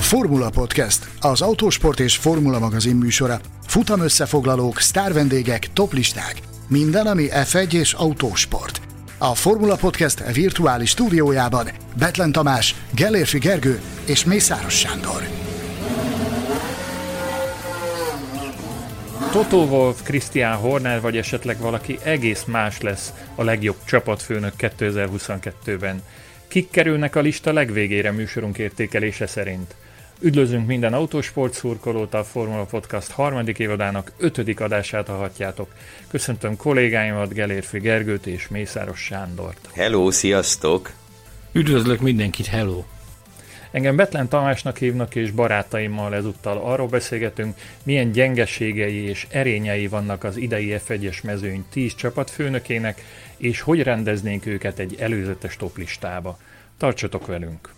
Formula Podcast, az autósport és formula magazin műsora. Futam összefoglalók, sztárvendégek, toplisták. Minden, ami F1 és autósport. A Formula Podcast virtuális stúdiójában Bethlen Tamás, Gellérfi Gergő és Mészáros Sándor. Toto Wolff, Christian Horner vagy esetleg valaki egész más lesz a legjobb csapatfőnök 2022-ben. Kik kerülnek a lista legvégére műsorunk értékelése szerint? Üdvözlünk minden autósport szurkolót, a Formula Podcast harmadik évadának 5. adását hallhatjátok. Köszöntöm kollégáimat, Gellérfi Gergőt és Mészáros Sándort. Hello, sziasztok! Üdvözlök mindenkit, hello! Engem Bethlen Tamásnak hívnak, és barátaimmal ezúttal arról beszélgetünk, milyen gyengeségei és erényei vannak az idei F1-es mezőny 10 csapatfőnökének, és hogy rendeznénk őket egy előzetes toplistába. Tartsatok velünk!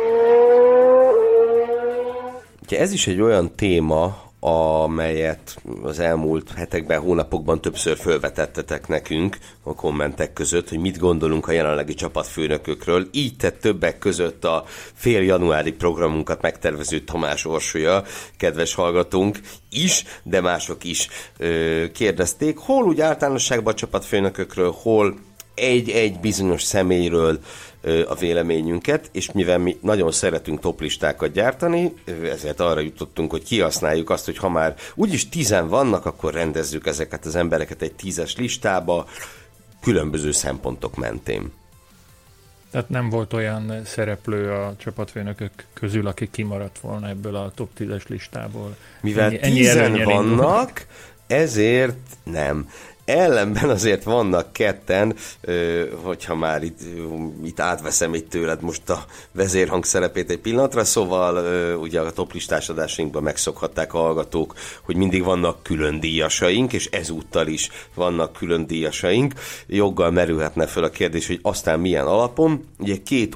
Ugye ez is egy olyan téma, amelyet az elmúlt hetekben, hónapokban többször felvetettetek nekünk a kommentek között, hogy mit gondolunk a jelenlegi csapatfőnökökről. Így tett többek között a fél januári programunkat megtervező Tamás Orsolya, kedves hallgatónk is, de mások is kérdezték, hol úgy általánosságban a csapatfőnökökről, hol egy bizonyos személyről a véleményünket, és mivel mi nagyon szeretünk toplistákat gyártani, ezért arra jutottunk, hogy kihasználjuk azt, hogy ha már úgyis 10 vannak, akkor rendezzük ezeket az embereket egy 10-es listába, különböző szempontok mentén. Tehát nem volt olyan szereplő a csapatfőnökök közül, aki kimaradt volna ebből a top 10-es listából. Mivel 10 vannak, ezért nem. Ellenben azért vannak ketten, hogyha már itt átveszem itt tőled most a vezérhang szerepét egy pillanatra, szóval ugye a toplistás adásainkban megszokhatták a hallgatók, hogy mindig vannak külön díjasaink, és ezúttal is vannak külön díjasaink. Joggal merülhetne fel a kérdés, hogy aztán milyen alapon. Ugye két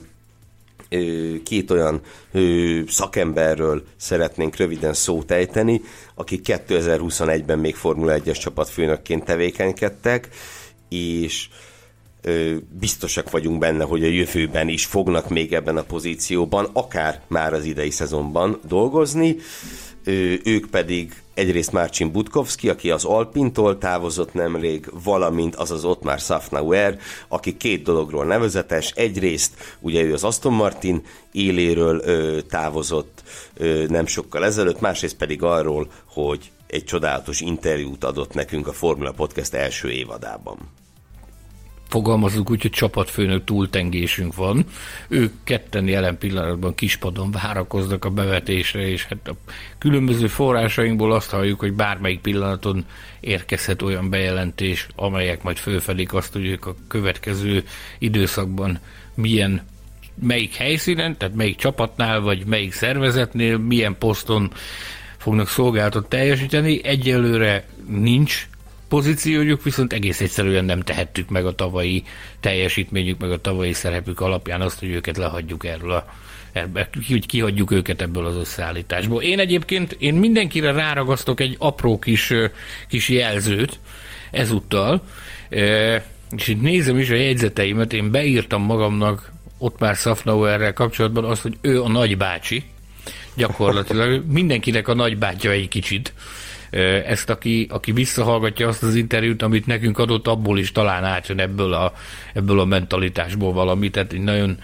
olyan szakemberről szeretnénk röviden szót ejteni, akik 2021-ben még Formula 1-es csapatfőnökként tevékenykedtek, és biztosak vagyunk benne, hogy a jövőben is fognak még ebben a pozícióban, akár már az idei szezonban dolgozni. Ők pedig egyrészt Marcin Budkowski, aki az Alpintól távozott nemrég, valamint azaz Otmar Szafnauer, aki két dologról nevezetes. Egyrészt ugye ő az Aston Martin éléről távozott nem sokkal ezelőtt, másrészt pedig arról, hogy egy csodálatos interjút adott nekünk a Formula Podcast első évadában. Fogalmazunk úgy, hogy csapatfőnök túltengésünk van. Ők ketten jelen pillanatban kispadon várakoznak a bevetésre, és hát a különböző forrásainkból azt halljuk, hogy bármelyik pillanaton érkezhet olyan bejelentés, amelyek majd fölfedik azt, hogy ők a következő időszakban melyik helyszínen, tehát melyik csapatnál, vagy melyik szervezetnél, milyen poszton fognak szolgálatot teljesíteni. Egyelőre nincs pozíciójuk, viszont egész egyszerűen nem tehettük meg a tavalyi teljesítményük, meg a tavalyi szerepük alapján azt, hogy őket lehagyjuk hogy kihagyjuk őket ebből az összeállításból. Én mindenkire ráragasztok egy apró kis jelzőt ezúttal, és itt nézem is a jegyzeteimet, én beírtam magamnak Otmar Szafnauerrel kapcsolatban azt, hogy ő a nagybácsi, gyakorlatilag mindenkinek a nagybátyja egy kicsit. Ezt, aki visszahallgatja azt az interjút, amit nekünk adott, abból is talán átjön ebből a mentalitásból valami. Tehát egy nagyon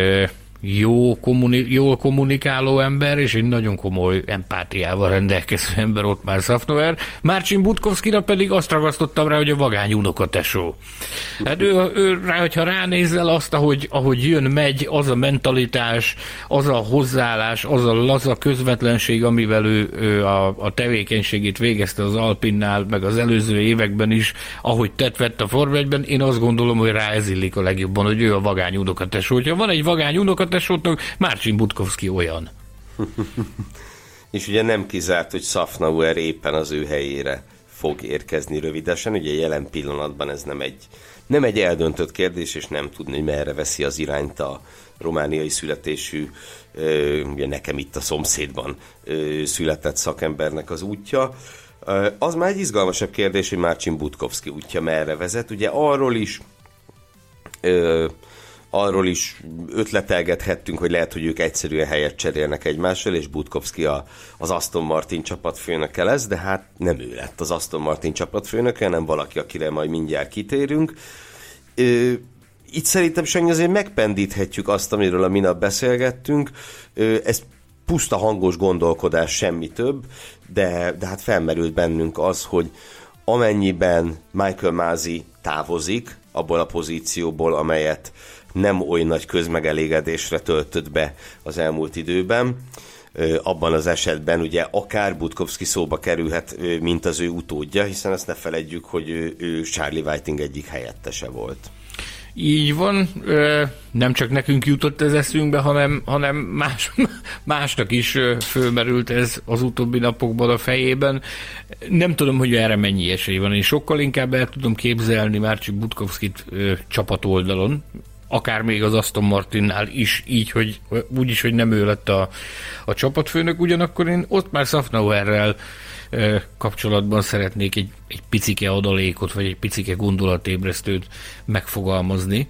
jól kommunikáló ember, és egy nagyon komoly empátiával rendelkező ember ott már Szafnauer. Marcin Budkowskira pedig azt ragasztottam rá, hogy a vagány unokatesó. Hát ő rá, hogyha ránézel azt, ahogy jön, megy, az a mentalitás, az a hozzáállás, az a laza közvetlenség, amivel ő a tevékenységét végezte az Alpinnál, meg az előző években is, ahogy vett a Forma 1-ben, én azt gondolom, hogy rá ez illik a legjobban, hogy ő a vagány unokatesó. Hogyha van egy vagány unokatesótok, Marcin Budkowski olyan. És ugye nem kizárt, hogy Szafnauer éppen az ő helyére fog érkezni rövidesen. Ugye jelen pillanatban ez nem egy eldöntött kérdés, és nem tudni, hogy merre veszi az irányt a romániai születésű, ugye nekem itt a szomszédban született szakembernek az útja. Az már egy izgalmasabb kérdés, hogy Marcin Budkowski útja merre vezet. Ugye arról is arról is ötletelgethettünk, hogy lehet, hogy ők egyszerűen helyet cserélnek egymással, és Budkowski az Aston Martin csapatfőnöke lesz, de hát nem ő lett az Aston Martin csapatfőnöke, hanem valaki, akire majd mindjárt kitérünk. Itt szerintem, Sanyi, azért megpendíthetjük azt, amiről a minap beszélgettünk. Ez puszta hangos gondolkodás, semmi több, de hát felmerült bennünk az, hogy amennyiben Michael Masi távozik abból a pozícióból, amelyet nem oly nagy közmegelégedésre töltött be az elmúlt időben, abban az esetben ugye akár Budkowski szóba kerülhet, mint az ő utódja, hiszen ezt ne feledjük, hogy ő Charlie Whiting egyik helyettese volt. Így van, nem csak nekünk jutott ez eszünkbe, hanem másnak is fölmerült ez az utóbbi napokban a fejében. Nem tudom, hogy erre mennyi esély van. Én sokkal inkább el tudom képzelni Márcsi Budkowskit csapatoldalon, akár még az Aston Martinnál is, így, hogy úgyis, hogy nem ő lett a csapatfőnök, ugyanakkor én ott már Szafnauerrel kapcsolatban szeretnék egy picike adalékot, vagy egy picike gondolatébresztőt megfogalmazni.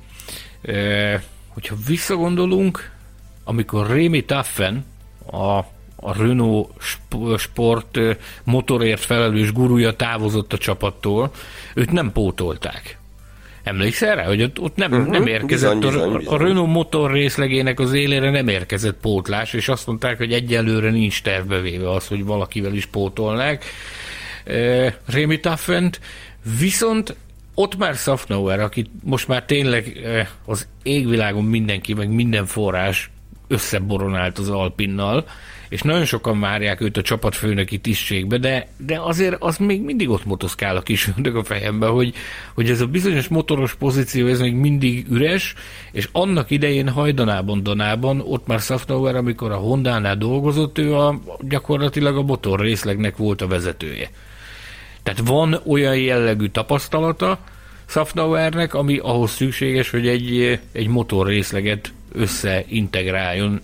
Hogyha visszagondolunk, amikor Rémi Taffen, a Renault Sport motorért felelős gurúja távozott a csapattól, őt nem pótolták. Emlékszel rá, hogy ott nem érkezett, bizony. A Renault motor részlegének az élére nem érkezett pótlás, és azt mondták, hogy egyelőre nincs tervbevéve az, hogy valakivel is pótolnák Rémi Taffent, viszont ott már Szafnauer, aki most már tényleg az égvilágon mindenki, meg minden forrás összeboronált az Alpinnal, és nagyon sokan várják őt a csapatfőnöki tisztségbe, de azért az még mindig ott motoszkál a kis ördög a fejembe, hogy ez a bizonyos motoros pozíció, ez még mindig üres, és annak idején hajdanában ott már Szafnauer, amikor a Hondánál dolgozott, ő gyakorlatilag a motor részlegnek volt a vezetője. Tehát van olyan jellegű tapasztalata Szafnauernek, ami ahhoz szükséges, hogy egy motor részleget összeintegráljon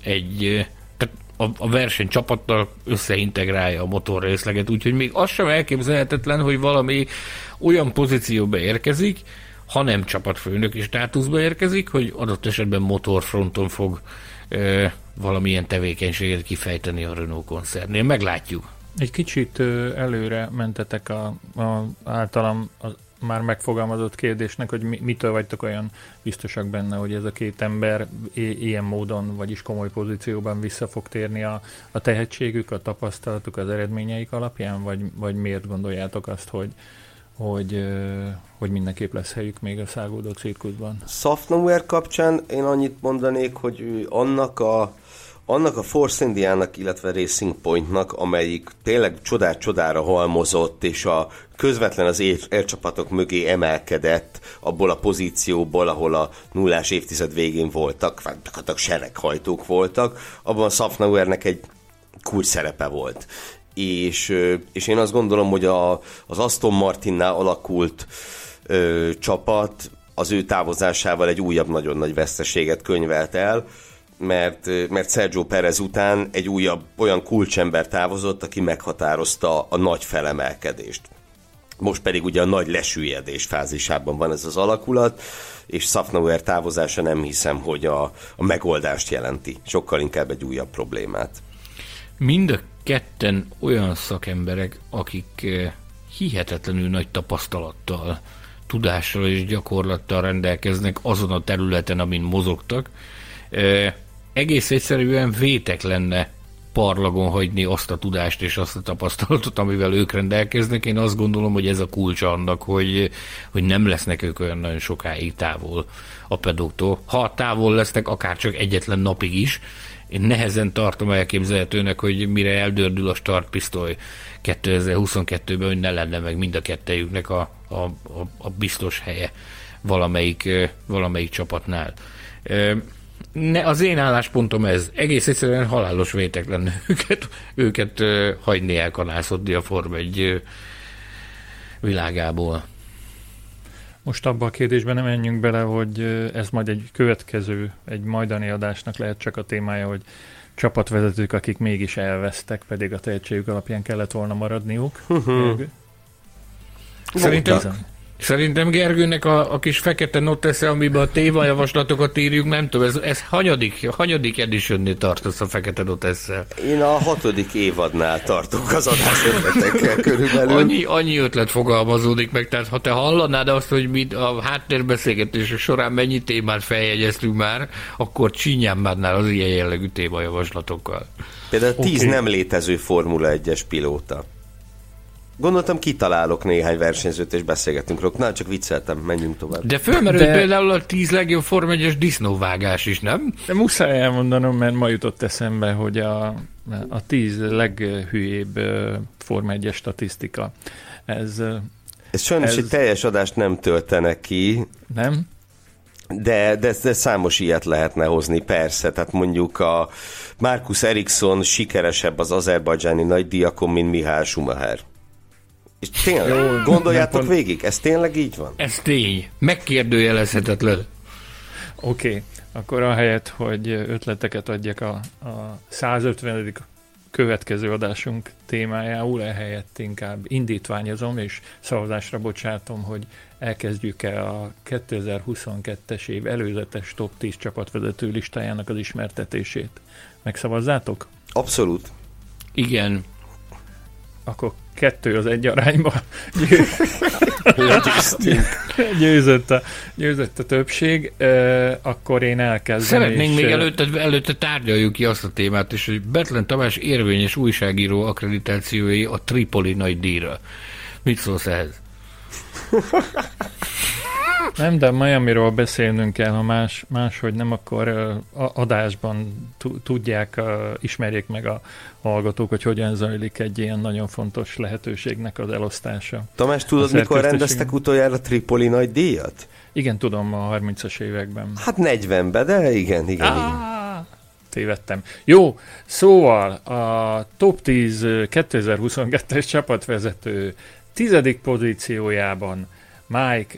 a versenycsapattal összeintegrálja a motorrészleget, úgyhogy még az sem elképzelhetetlen, hogy valami olyan pozícióba érkezik, ha nem csapatfőnöki státuszba érkezik, hogy adott esetben motorfronton fog valamilyen tevékenységet kifejteni a Renault koncernnél. Meglátjuk. Egy kicsit előre mentetek általam már megfogalmazott kérdésnek, hogy mitől vagytok olyan biztosak benne, hogy ez a két ember ilyen módon, vagyis komoly pozícióban vissza fog térni a tehetségük, a tapasztalatuk, az eredményeik alapján, vagy miért gondoljátok azt, hogy mindenképp lesz helyük még a száguldó cirkuszban? Szafnauer kapcsán én annyit mondanék, hogy annak a Force Indiának, illetve Racing Pointnak, amelyik tényleg csodát-csodára halmozott, és közvetlen az ércsapatok mögé emelkedett abból a pozícióból, ahol a nullás évtized végén voltak, gyakorlatilag sereghajtók voltak, abban a Szafnauernek egy kulcs szerepe volt. És én azt gondolom, hogy az Aston Martinnál alakult csapat az ő távozásával egy újabb nagyon nagy veszteséget könyvelt el, mert Sergio Perez után egy újabb olyan kulcsember távozott, aki meghatározta a nagy felemelkedést. Most pedig ugye a nagy lesüllyedés fázisában van ez az alakulat, és Szafnauer távozása nem hiszem, hogy a megoldást jelenti. Sokkal inkább egy újabb problémát. Mind a ketten olyan szakemberek, akik hihetetlenül nagy tapasztalattal, tudással és gyakorlattal rendelkeznek azon a területen, amin mozogtak. Egész egyszerűen vétek lenne parlagon hagyni azt a tudást és azt a tapasztalatot, amivel ők rendelkeznek. Én azt gondolom, hogy ez a kulcsa annak, hogy nem lesznek ők olyan nagyon sokáig távol a pedóktól. Ha távol lesznek, akár csak egyetlen napig is, én nehezen tartom elképzelhetőnek, hogy mire eldördül a startpisztoly 2022-ben, hogy ne lenne meg mind a kettejüknek a biztos helye valamelyik csapatnál. Az én álláspontom ez. Egész egyszerűen halálos vétek lenne őket hagyni elkanászodni a Forma 1 világából. Most abban a kérdésben nem menjünk bele, hogy ez majd egy majdani adásnak lehet csak a témája, hogy csapatvezetők, akik mégis elvesztek, pedig a tehetségük alapján kellett volna maradniuk. Szerintem Szerintem Gergőnek a kis fekete notesze, amiben a témajavaslatokat írjuk, nem tudom, ez hanyadik editionnél tartasz a fekete notesszel? Én a 6. évadnál tartok az adásötletekkel körülbelül. Annyi ötlet fogalmazódik meg, tehát ha te hallanád azt, hogy mi a háttérbeszélgetések során mennyi témát feljegyeztünk már, akkor csinyámbádnál az ilyen jellegű témajavaslatokkal. Például 10 nem létező Formula 1-es pilóta. Gondoltam, kitalálok néhány versenyzőt, és beszélgetünk róla. Na, csak vicceltem, menjünk tovább. De fölmerült például a 10 legjobb Forma 1-es disznóvágás is, nem? De muszáj elmondanom, mert ma jutott eszembe, hogy a 10 leghülyébb Forma 1-es statisztika. Ez sajnos egy teljes adást nem töltenek ki. Nem? De számos ilyet lehetne hozni, persze. Tehát mondjuk a Marcus Ericsson sikeresebb az azerbajdzsáni nagydíjakon, mint Michael Schumacher. És tényleg, gondoljátok végig, ez tényleg így van? Ez tény. Megkérdőjelezhetetlen. Oké, akkor ahelyett, hogy ötleteket adjak a 150. következő adásunk témájául, ehelyett inkább indítványozom és szavazásra bocsátom, hogy elkezdjük-e a 2022-es év előzetes top 10 csapatvezető listájának az ismertetését. Megszavazzátok? Abszolút. Igen. Akkor 2-1 arányba győzött a többség. Akkor én elkezdem. Szeretnénk még előtte tárgyaljuk ki azt a témát, és hogy Betlen Tamás érvényes újságíró akkreditációi a Tripoli nagy díjra. Mit szólsz ehhez? Nem, de Miamiról beszélnünk kell, ha máshogy nem, akkor adásban tudják, ismerjék meg a hallgatók, hogy hogyan zajlik egy ilyen nagyon fontos lehetőségnek az elosztása. Tamás, tudod, mikor rendeztek utoljára Tripoli nagy díjat? Igen, tudom, a 30-as években. Hát 40-ben, de igen. Tévedtem. Jó, szóval a top 10 2022-es csapatvezető 10. pozíciójában Mike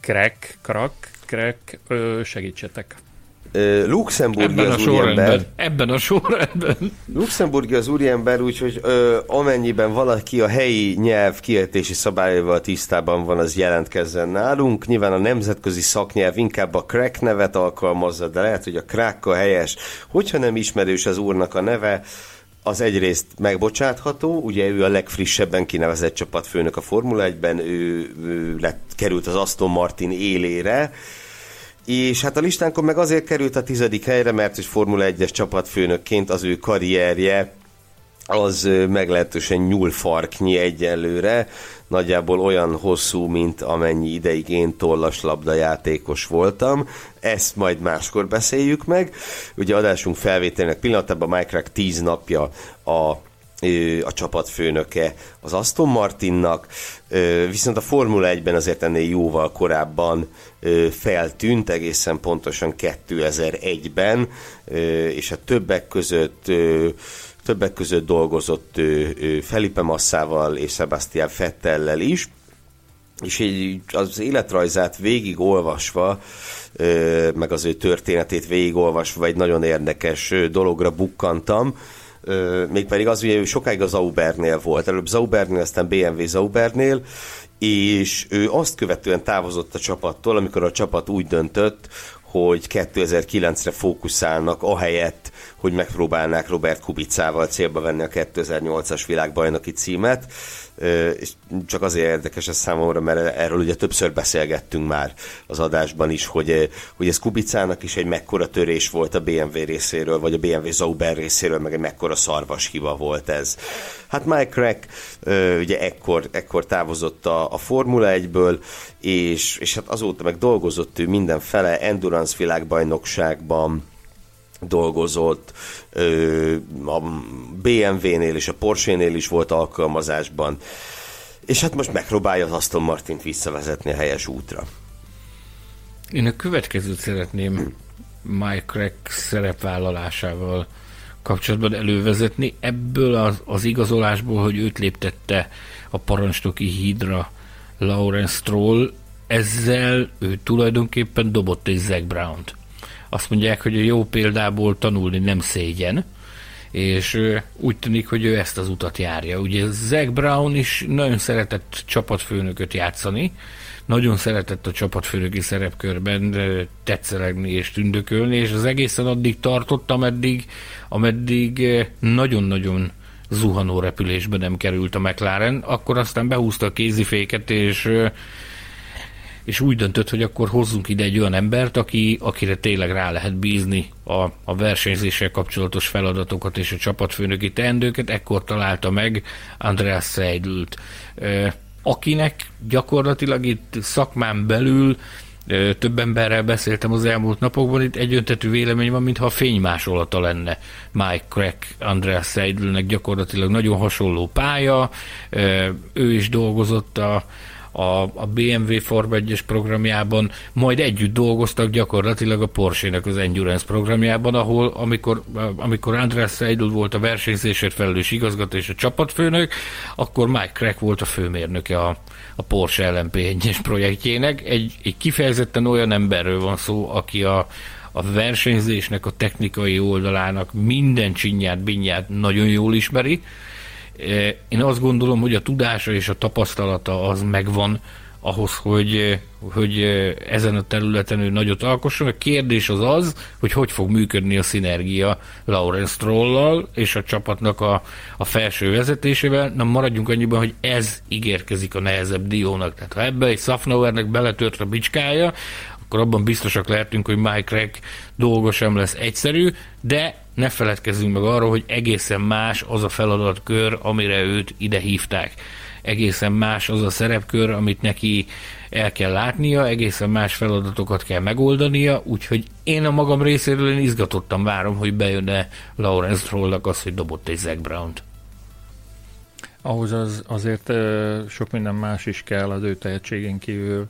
Crack, segítsetek. Luxemburgi az úriember. Ebben a sorrendben. Luxemburgi az úriember, úgyhogy amennyiben valaki a helyi nyelv kiejtési szabályaival tisztában van, az jelentkezzen nálunk. Nyilván a nemzetközi szaknyelv inkább a Crack nevet alkalmazza, de lehet, hogy a Crack a helyes. Hogyha nem ismerős az úrnak a neve, az egyrészt megbocsátható, ugye ő a legfrissebben kinevezett csapatfőnök a Formula 1-ben, ő került az Aston Martin élére, és hát a listánkon meg azért került a 10. helyre, mert hogy Formula 1-es csapatfőnökként az ő karrierje az meglehetősen nyúlfarknyi egyenlőre, nagyjából olyan hosszú, mint amennyi ideig én tollaslabda játékos voltam. Ezt majd máskor beszéljük meg. Ugye adásunk felvételének pillanatában Mike Crack 10 napja a csapatfőnöke az Aston Martinnak, viszont a Formula 1-ben azért ennél jóval korábban feltűnt, egészen pontosan 2001-ben, és hát többek között dolgozott Felipe Massával és Sebastian Vettellel is, és így az életrajzát végigolvasva, meg az ő történetét végigolvasva egy nagyon érdekes dologra bukkantam, mégpedig az, hogy ő sokáig a Saubernél volt, előbb Saubernél, aztán BMW Saubernél, és ő azt követően távozott a csapattól, amikor a csapat úgy döntött, hogy 2009-re fókuszálnak, ahelyett, hogy megpróbálnák Robert Kubicával célba venni a 2008-as világbajnoki címet. És csak azért érdekes ez számomra, mert erről ugye többször beszélgettünk már az adásban is, hogy ez Kubicának is egy mekkora törés volt a BMW részéről, vagy a BMW Sauber részéről, meg egy mekkora szarvashiba volt ez. Hát Mike Crack ugye ekkor távozott a Formula 1-ből, és hát azóta meg dolgozott ő mindenfele, endurance világbajnokságban dolgozott, a BMW-nél és a Porsche-nél is volt alkalmazásban, és hát most megpróbálja az Aston Martint visszavezetni a helyes útra. Én a következőt szeretném Mike Crack szerepvállalásával kapcsolatban elővezetni. Ebből az igazolásból, hogy őt léptette a parancsnoki hídra Lawrence Stroll, ezzel ő tulajdonképpen dobott egy Zac Brownt. Azt mondják, hogy a jó példából tanulni nem szégyen, és úgy tűnik, hogy ő ezt az utat járja. Ugye Zac Brown is nagyon szeretett csapatfőnököt játszani, nagyon szeretett a csapatfőnöki szerepkörben tetszelegni és tündökölni, és az egészen addig tartott, ameddig nagyon-nagyon zuhanó repülésbe nem került a McLaren, akkor aztán behúzta a kéziféket, és úgy döntött, hogy akkor hozzunk ide egy olyan embert, akire tényleg rá lehet bízni a versenyzéssel kapcsolatos feladatokat és a csapatfőnöki teendőket. Ekkor találta meg Andreas Seidl-t, akinek gyakorlatilag itt szakmán belül több emberrel beszéltem az elmúlt napokban, itt egyöntetű vélemény van, mintha a fénymásolata lenne Mike Krack Andreas Seidlnek, gyakorlatilag nagyon hasonló pálya, ő is dolgozott a BMW Form 1-es programjában, majd együtt dolgoztak gyakorlatilag a Porsche-nek az Endurance programjában, ahol amikor Andreas Seidl volt a versenyzésért felelős igazgató és a csapatfőnök, akkor Mike Krack volt a főmérnöke a Porsche LMP1-es projektjének. Egy kifejezetten olyan emberről van szó, aki a versenyzésnek a technikai oldalának minden csinyát, binyát nagyon jól ismeri. Én azt gondolom, hogy a tudása és a tapasztalata az megvan ahhoz, hogy ezen a területen ő nagyot alkosson. A kérdés az, hogy fog működni a szinergia Lawrence Stroll-lal és a csapatnak a felső vezetésével. Na, maradjunk annyiban, hogy ez ígérkezik a nehezebb diónak. Tehát ha ebbe egy Szafnauernek beletört a bicskája, akkor abban biztosak lehetünk, hogy Mike Krack dolga sem lesz egyszerű, de ne feledkezzünk meg arról, hogy egészen más az a feladatkör, amire őt ide hívták. Egészen más az a szerepkör, amit neki el kell látnia, egészen más feladatokat kell megoldania, úgyhogy én a magam részéről izgatottan várom, hogy bejönne Lawrence Strollnak az, hogy dobott egy Zak Brown-t. Ahhoz azért sok minden más is kell az ő tehetségén kívül,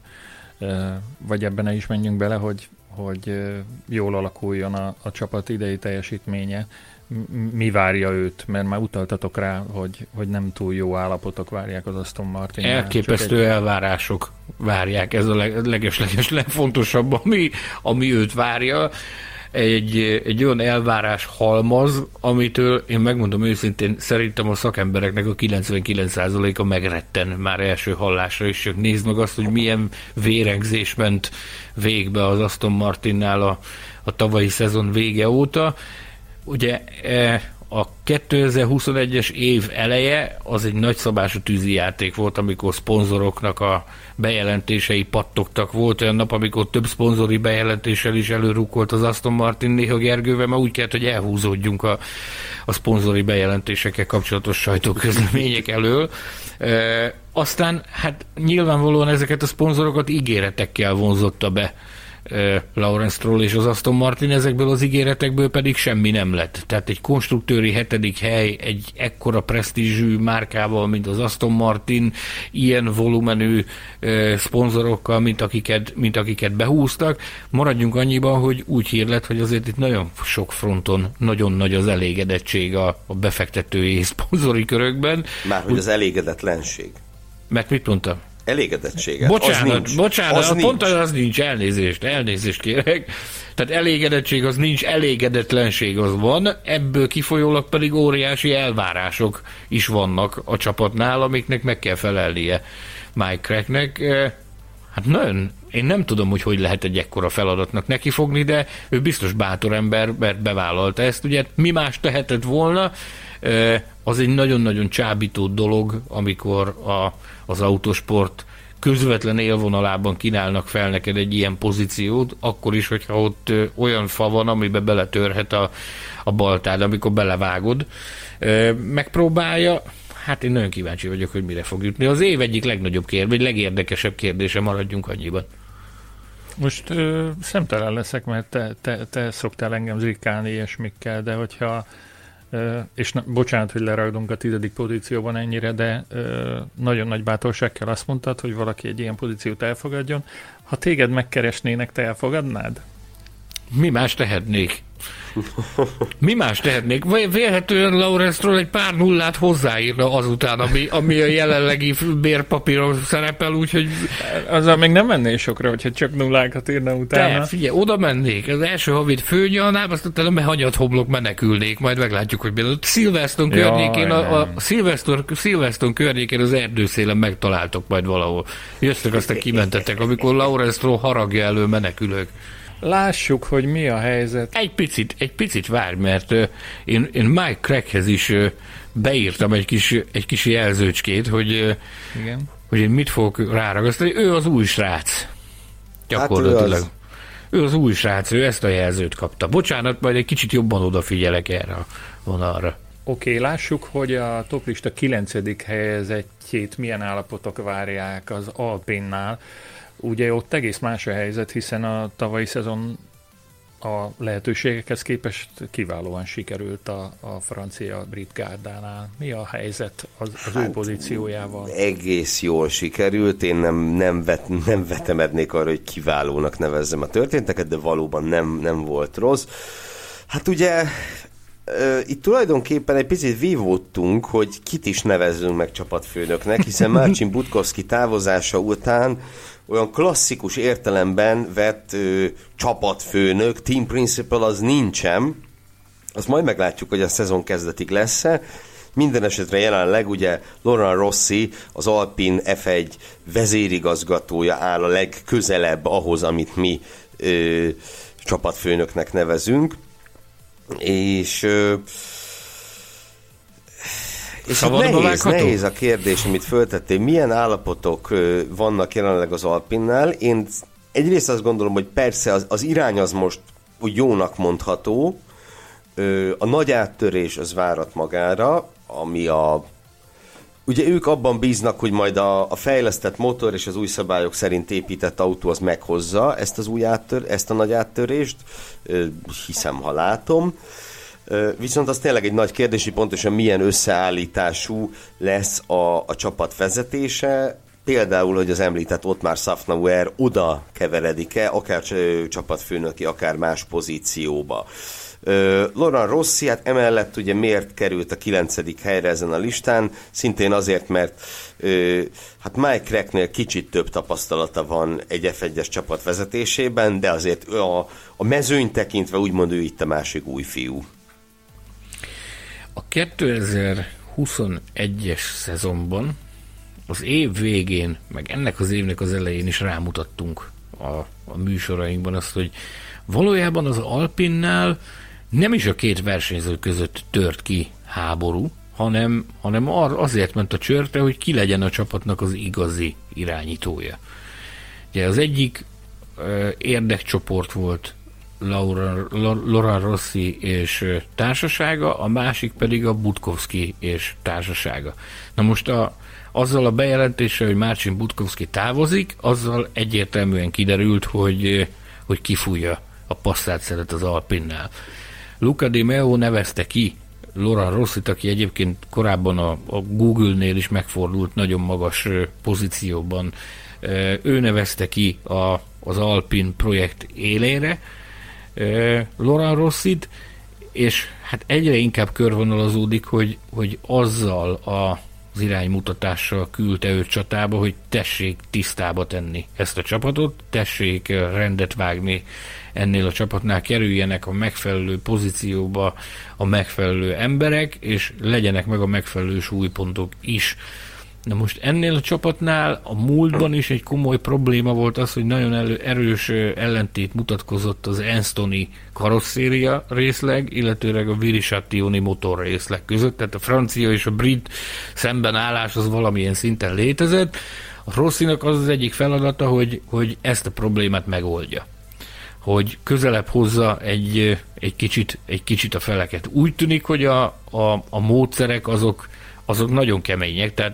vagy ebben ne is menjünk bele, hogy jól alakuljon a csapat idei teljesítménye. Mi várja őt? Mert már utaltatok rá, hogy nem túl jó állapotok várják az Aston Martin. Elképesztő elvárások várják, ez a legesleges legfontosabb, ami őt várja. Egy olyan elvárás halmaz, amitől én megmondom őszintén, szerintem a szakembereknek a 99%-a megretten már első hallásra is, csak nézd meg azt, hogy milyen vérengzés ment végbe az Aston Martinnál a tavalyi szezon vége óta. Ugye a 2021-es év eleje az egy nagyszabású tűzijáték volt, amikor szponzoroknak a bejelentései pattogtak. Volt olyan nap, amikor több szponzori bejelentéssel is előrukkolt az Aston Martin néha Gergővel, mert úgy kellett, hogy elhúzódjunk a szponzori bejelentésekkel kapcsolatos sajtóközlemények elől. Aztán hát nyilvánvalóan ezeket a szponzorokat ígéretekkel vonzotta be Lawrence Stroll és az Aston Martin, ezekből az ígéretekből pedig semmi nem lett. Tehát egy konstruktőri 7. hely egy ekkora presztízsű márkával, mint az Aston Martin, ilyen volumenű szponzorokkal, mint akiket behúztak. Maradjunk annyiban, hogy úgy hír lett, hogy azért itt nagyon sok fronton nagyon nagy az elégedettség a befektetői szponzori körökben. Márhogy az elégedetlenség. Mert mit mondtam? Elégedettséget. Bocsánat, pont az nincs, elnézést kérek. Tehát elégedettség az nincs, elégedetlenség az van, ebből kifolyólag pedig óriási elvárások is vannak a csapatnál, amiknek meg kell felelnie Mike Kracknek. Hát nagyon, én nem tudom, hogy lehet egy ekkora feladatnak nekifogni, de ő biztos bátor ember, mert bevállalta ezt. Ugye mi más tehetett volna, az egy nagyon-nagyon csábító dolog, amikor az autósport közvetlen élvonalában kínálnak fel neked egy ilyen pozíciót, akkor is, hogyha ott olyan fa van, amiben beletörhet a baltád, amikor belevágod. Megpróbálja, hát én nagyon kíváncsi vagyok, hogy mire fog jutni. Az év egyik legnagyobb vagy legérdekesebb kérdése, maradjunk annyiban. Most szemtelen leszek, mert te szoktál engem zrikálni ilyesmikkel, de hogyha és bocsánat, hogy leragdunk a 10. pozícióban ennyire, de nagyon nagy bátorsággal azt mondtad, hogy valaki egy ilyen pozíciót elfogadjon. Ha téged megkeresnének, te elfogadnád? Mi más tehetnék? Mi más tehetnék? Vélhetően Lawrence-ról egy pár nullát hozzáírna azután, ami a jelenlegi bérpapíron szerepel, úgyhogy... Azzal még nem mennél sokra, hogyha csak nullákat írna utána. De figyelj, oda mennék, az első havit főnyalnám, azt utána hanyat homlok menekülnék, majd meglátjuk, hogy például Silverstone környékén, a Silverstone környékén az erdőszélen megtaláltok majd valahol. Jöttek, aztán kimentetek, amikor Lawrence-ról haragja elő menekülök. Lássuk, hogy mi a helyzet. Egy picit várj, mert én Mike Crackhez is beírtam egy kis jelzőcskét, hogy én mit fogok ráragasztani. Ő az új srác. Gyakorlatilag. Ő az új srác, ő ezt a jelzőt kapta. Bocsánat, majd egy kicsit jobban odafigyelek erre a vonalra. Oké, lássuk, hogy a toplista 9. helyezettjét milyen állapotok várják az Alpinnál. Ugye ott egész más a helyzet, hiszen a tavalyi szezon a lehetőségekhez képest kiválóan sikerült a francia-brit gárdánál. Mi a helyzet az ő pozíciójával? Egész jól sikerült, én nem vetemednék arra, hogy kiválónak nevezzem a történteket, de valóban nem volt rossz. Hát ugye itt tulajdonképpen egy picit vívódtunk, hogy kit is nevezzünk meg csapatfőnöknek, hiszen Marcin Budkowski távozása után olyan klasszikus értelemben vett csapatfőnök, team principal az nincsen. Azt majd meglátjuk, hogy a szezon kezdetig lesz-e. Minden esetre jelenleg ugye Laurent Rossi, az Alpine F1 vezérigazgatója áll a legközelebb ahhoz, amit mi csapatfőnöknek nevezünk. És nehéz a kérdés, amit föltettél. Milyen állapotok vannak jelenleg az Alpinnál? Én egyrészt azt gondolom, hogy persze az irány az most úgy jónak mondható. A nagy áttörés az várat magára, ami ugye ők abban bíznak, hogy majd a fejlesztett motor és az új szabályok szerint épített autó az meghozza ezt a nagy áttörést. Hiszem, ha látom. Viszont az tényleg egy nagy kérdés, hogy pontosan milyen összeállítású lesz a csapat vezetése. Például, hogy az említett Otmar Szafnauer oda keveredik-e, akár csapatfőnöki, akár más pozícióba. Laurent Rossi, hát emellett ugye miért került a 9. helyre ezen a listán? Szintén azért, mert hát Mike Cracknél kicsit több tapasztalata van egy F1-es csapat vezetésében, de azért a mezőny tekintve úgymond ő itt a másik új fiú. A 2021-es szezonban az év végén, meg ennek az évnek az elején is rámutattunk a műsorainkban azt, hogy valójában az Alpinnál nem is a két versenyző között tört ki háború, hanem azért ment a csörte, hogy ki legyen a csapatnak az igazi irányítója. Ugye az egyik érdekcsoport volt Laurent Rossi és társasága, a másik pedig a Budkowski és társasága. Na most azzal a bejelentéssel, hogy Marcin Budkowski távozik, azzal egyértelműen kiderült, hogy kifújja a passzátszeret az Alpinnál. Luca Di Meo nevezte ki Laurent Rossit, aki egyébként korábban a Google-nél is megfordult nagyon magas pozícióban. Ő nevezte ki az Alpine projekt élére Laurent Rossit, és hát egyre inkább körvonalazódik, hogy azzal az iránymutatással küldte őt csatába, hogy tessék tisztába tenni ezt a csapatot, tessék rendet vágni ennél a csapatnál, kerüljenek a megfelelő pozícióba a megfelelő emberek, és legyenek meg a megfelelő súlypontok is. Na most ennél a csapatnál a múltban is egy komoly probléma volt az, hogy nagyon erős ellentét mutatkozott az Enstoni karosszéria részleg, illetőleg a Virisationi motor részleg között, tehát a francia és a brit szembenállás az valamilyen szinten létezett. A Rossinak az egyik feladata, hogy ezt a problémát megoldja, hogy közelebb hozza egy kicsit a feleket. Úgy tűnik, hogy a módszerek azok nagyon kemények, tehát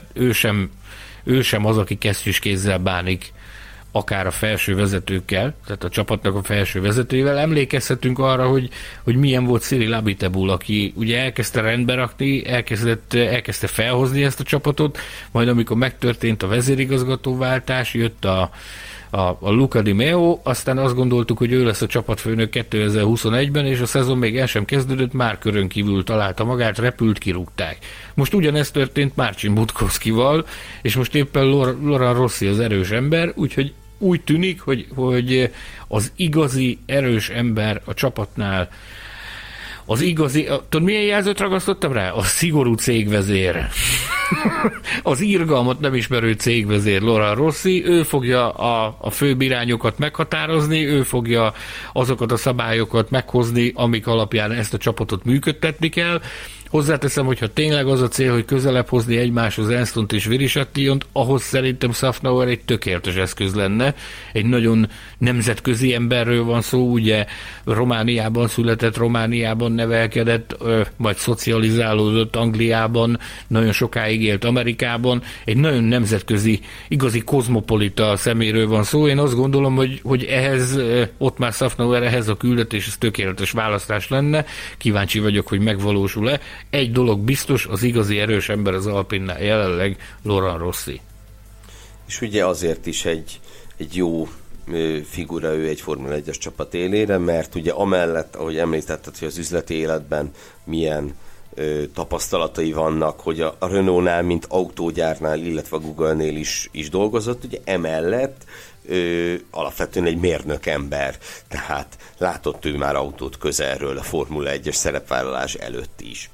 ő sem az, aki kesztyűskézzel bánik akár a felső vezetőkkel, tehát a csapatnak a felső vezetővel. Emlékezhetünk arra, hogy milyen volt Cyril Abiteboul, aki ugye elkezdte rendbe rakni, elkezdte felhozni ezt a csapatot, majd amikor megtörtént a vezérigazgatóváltás, jött a Luca Di Meo, aztán azt gondoltuk, hogy ő lesz a csapatfőnök 2021-ben, és a szezon még el sem kezdődött, már körön kívül találta magát, repült, kirúgták. Most ugyanezt történt Marcin Budkowskival, és most éppen Laurent Rossi az erős ember, úgyhogy úgy tűnik, hogy az igazi erős ember a csapatnál, az igazi, tudod milyen jelzőt ragasztottam rá? A szigorú cégvezér. Az irgalmat nem ismerő cégvezér Laurent Rossi, ő fogja a főbb irányokat meghatározni, ő fogja azokat a szabályokat meghozni, amik alapján ezt a csapatot működtetni kell. Hozzáteszem, hogyha tényleg az a cél, hogy közelebb hozni egymáshoz Enstont és Virisationt, ahhoz szerintem Szafnauer egy tökéletes eszköz lenne. Egy nagyon nemzetközi emberről van szó, ugye Romániában született, Romániában nevelkedett, majd szocializálódott Angliában, nagyon sokáig élt Amerikában. Egy nagyon nemzetközi, igazi kozmopolita szeméről van szó. Én azt gondolom, hogy ehhez Ottmar Szafnauer, ehhez a küldetés, ez tökéletes választás lenne. Kíváncsi vagyok, hogy megvalósul-e. Egy dolog biztos, az igazi erős ember az Alpinnál jelenleg Laurent Rossi. És ugye azért is egy jó figura ő egy Formula 1-es csapat élére, mert ugye amellett, ahogy említetted, hogy az üzleti életben milyen tapasztalatai vannak, hogy a Renault-nál, mint autógyárnál, illetve a Google-nél is dolgozott, ugye emellett alapvetően egy mérnök ember, tehát látott ő már autót közelről a Formula 1-es szerepvállalás előtt is.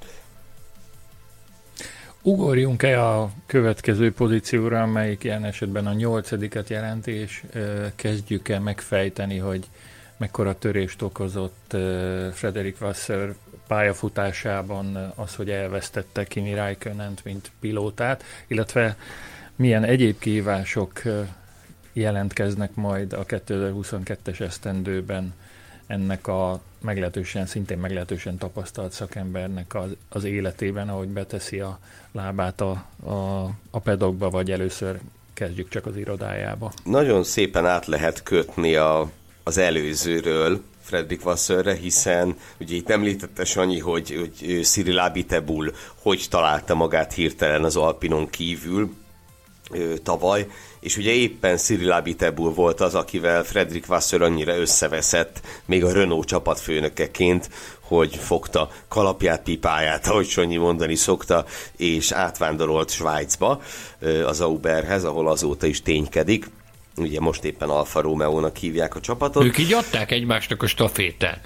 Ugorjunk-e a következő pozícióra, amelyik ilyen esetben a 8-et jelenti, és kezdjük el megfejteni, hogy mekkora törést okozott Frederic Vasseur pályafutásában az, hogy elvesztette Kimi Räikkönent, mint pilótát, illetve milyen egyéb kihívások jelentkeznek majd a 2022-es esztendőben ennek a szintén meglehetősen tapasztalt szakembernek az életében, ahogy beteszi a lábát a pedokba, vagy először kezdjük csak az irodájába. Nagyon szépen át lehet kötni az előzőről Frederic Vasseurre, hiszen ugye itt említette Sanyi, hogy Cyril Abiteboul hogy találta magát hirtelen az Alpinon kívül tavaly, és ugye éppen Cyril Abiteboul volt az, akivel Frederic Vasseur annyira összeveszett, még a Renault csapatfőnökeként, hogy fogta kalapját, pipáját, ahogy Sanyi mondani szokta, és átvándorolt Svájcba az Auberhez, ahol azóta is ténykedik. Ugye most éppen Alfa Romeo-nak hívják a csapatot. Ők így adták egymásnak a stafétát.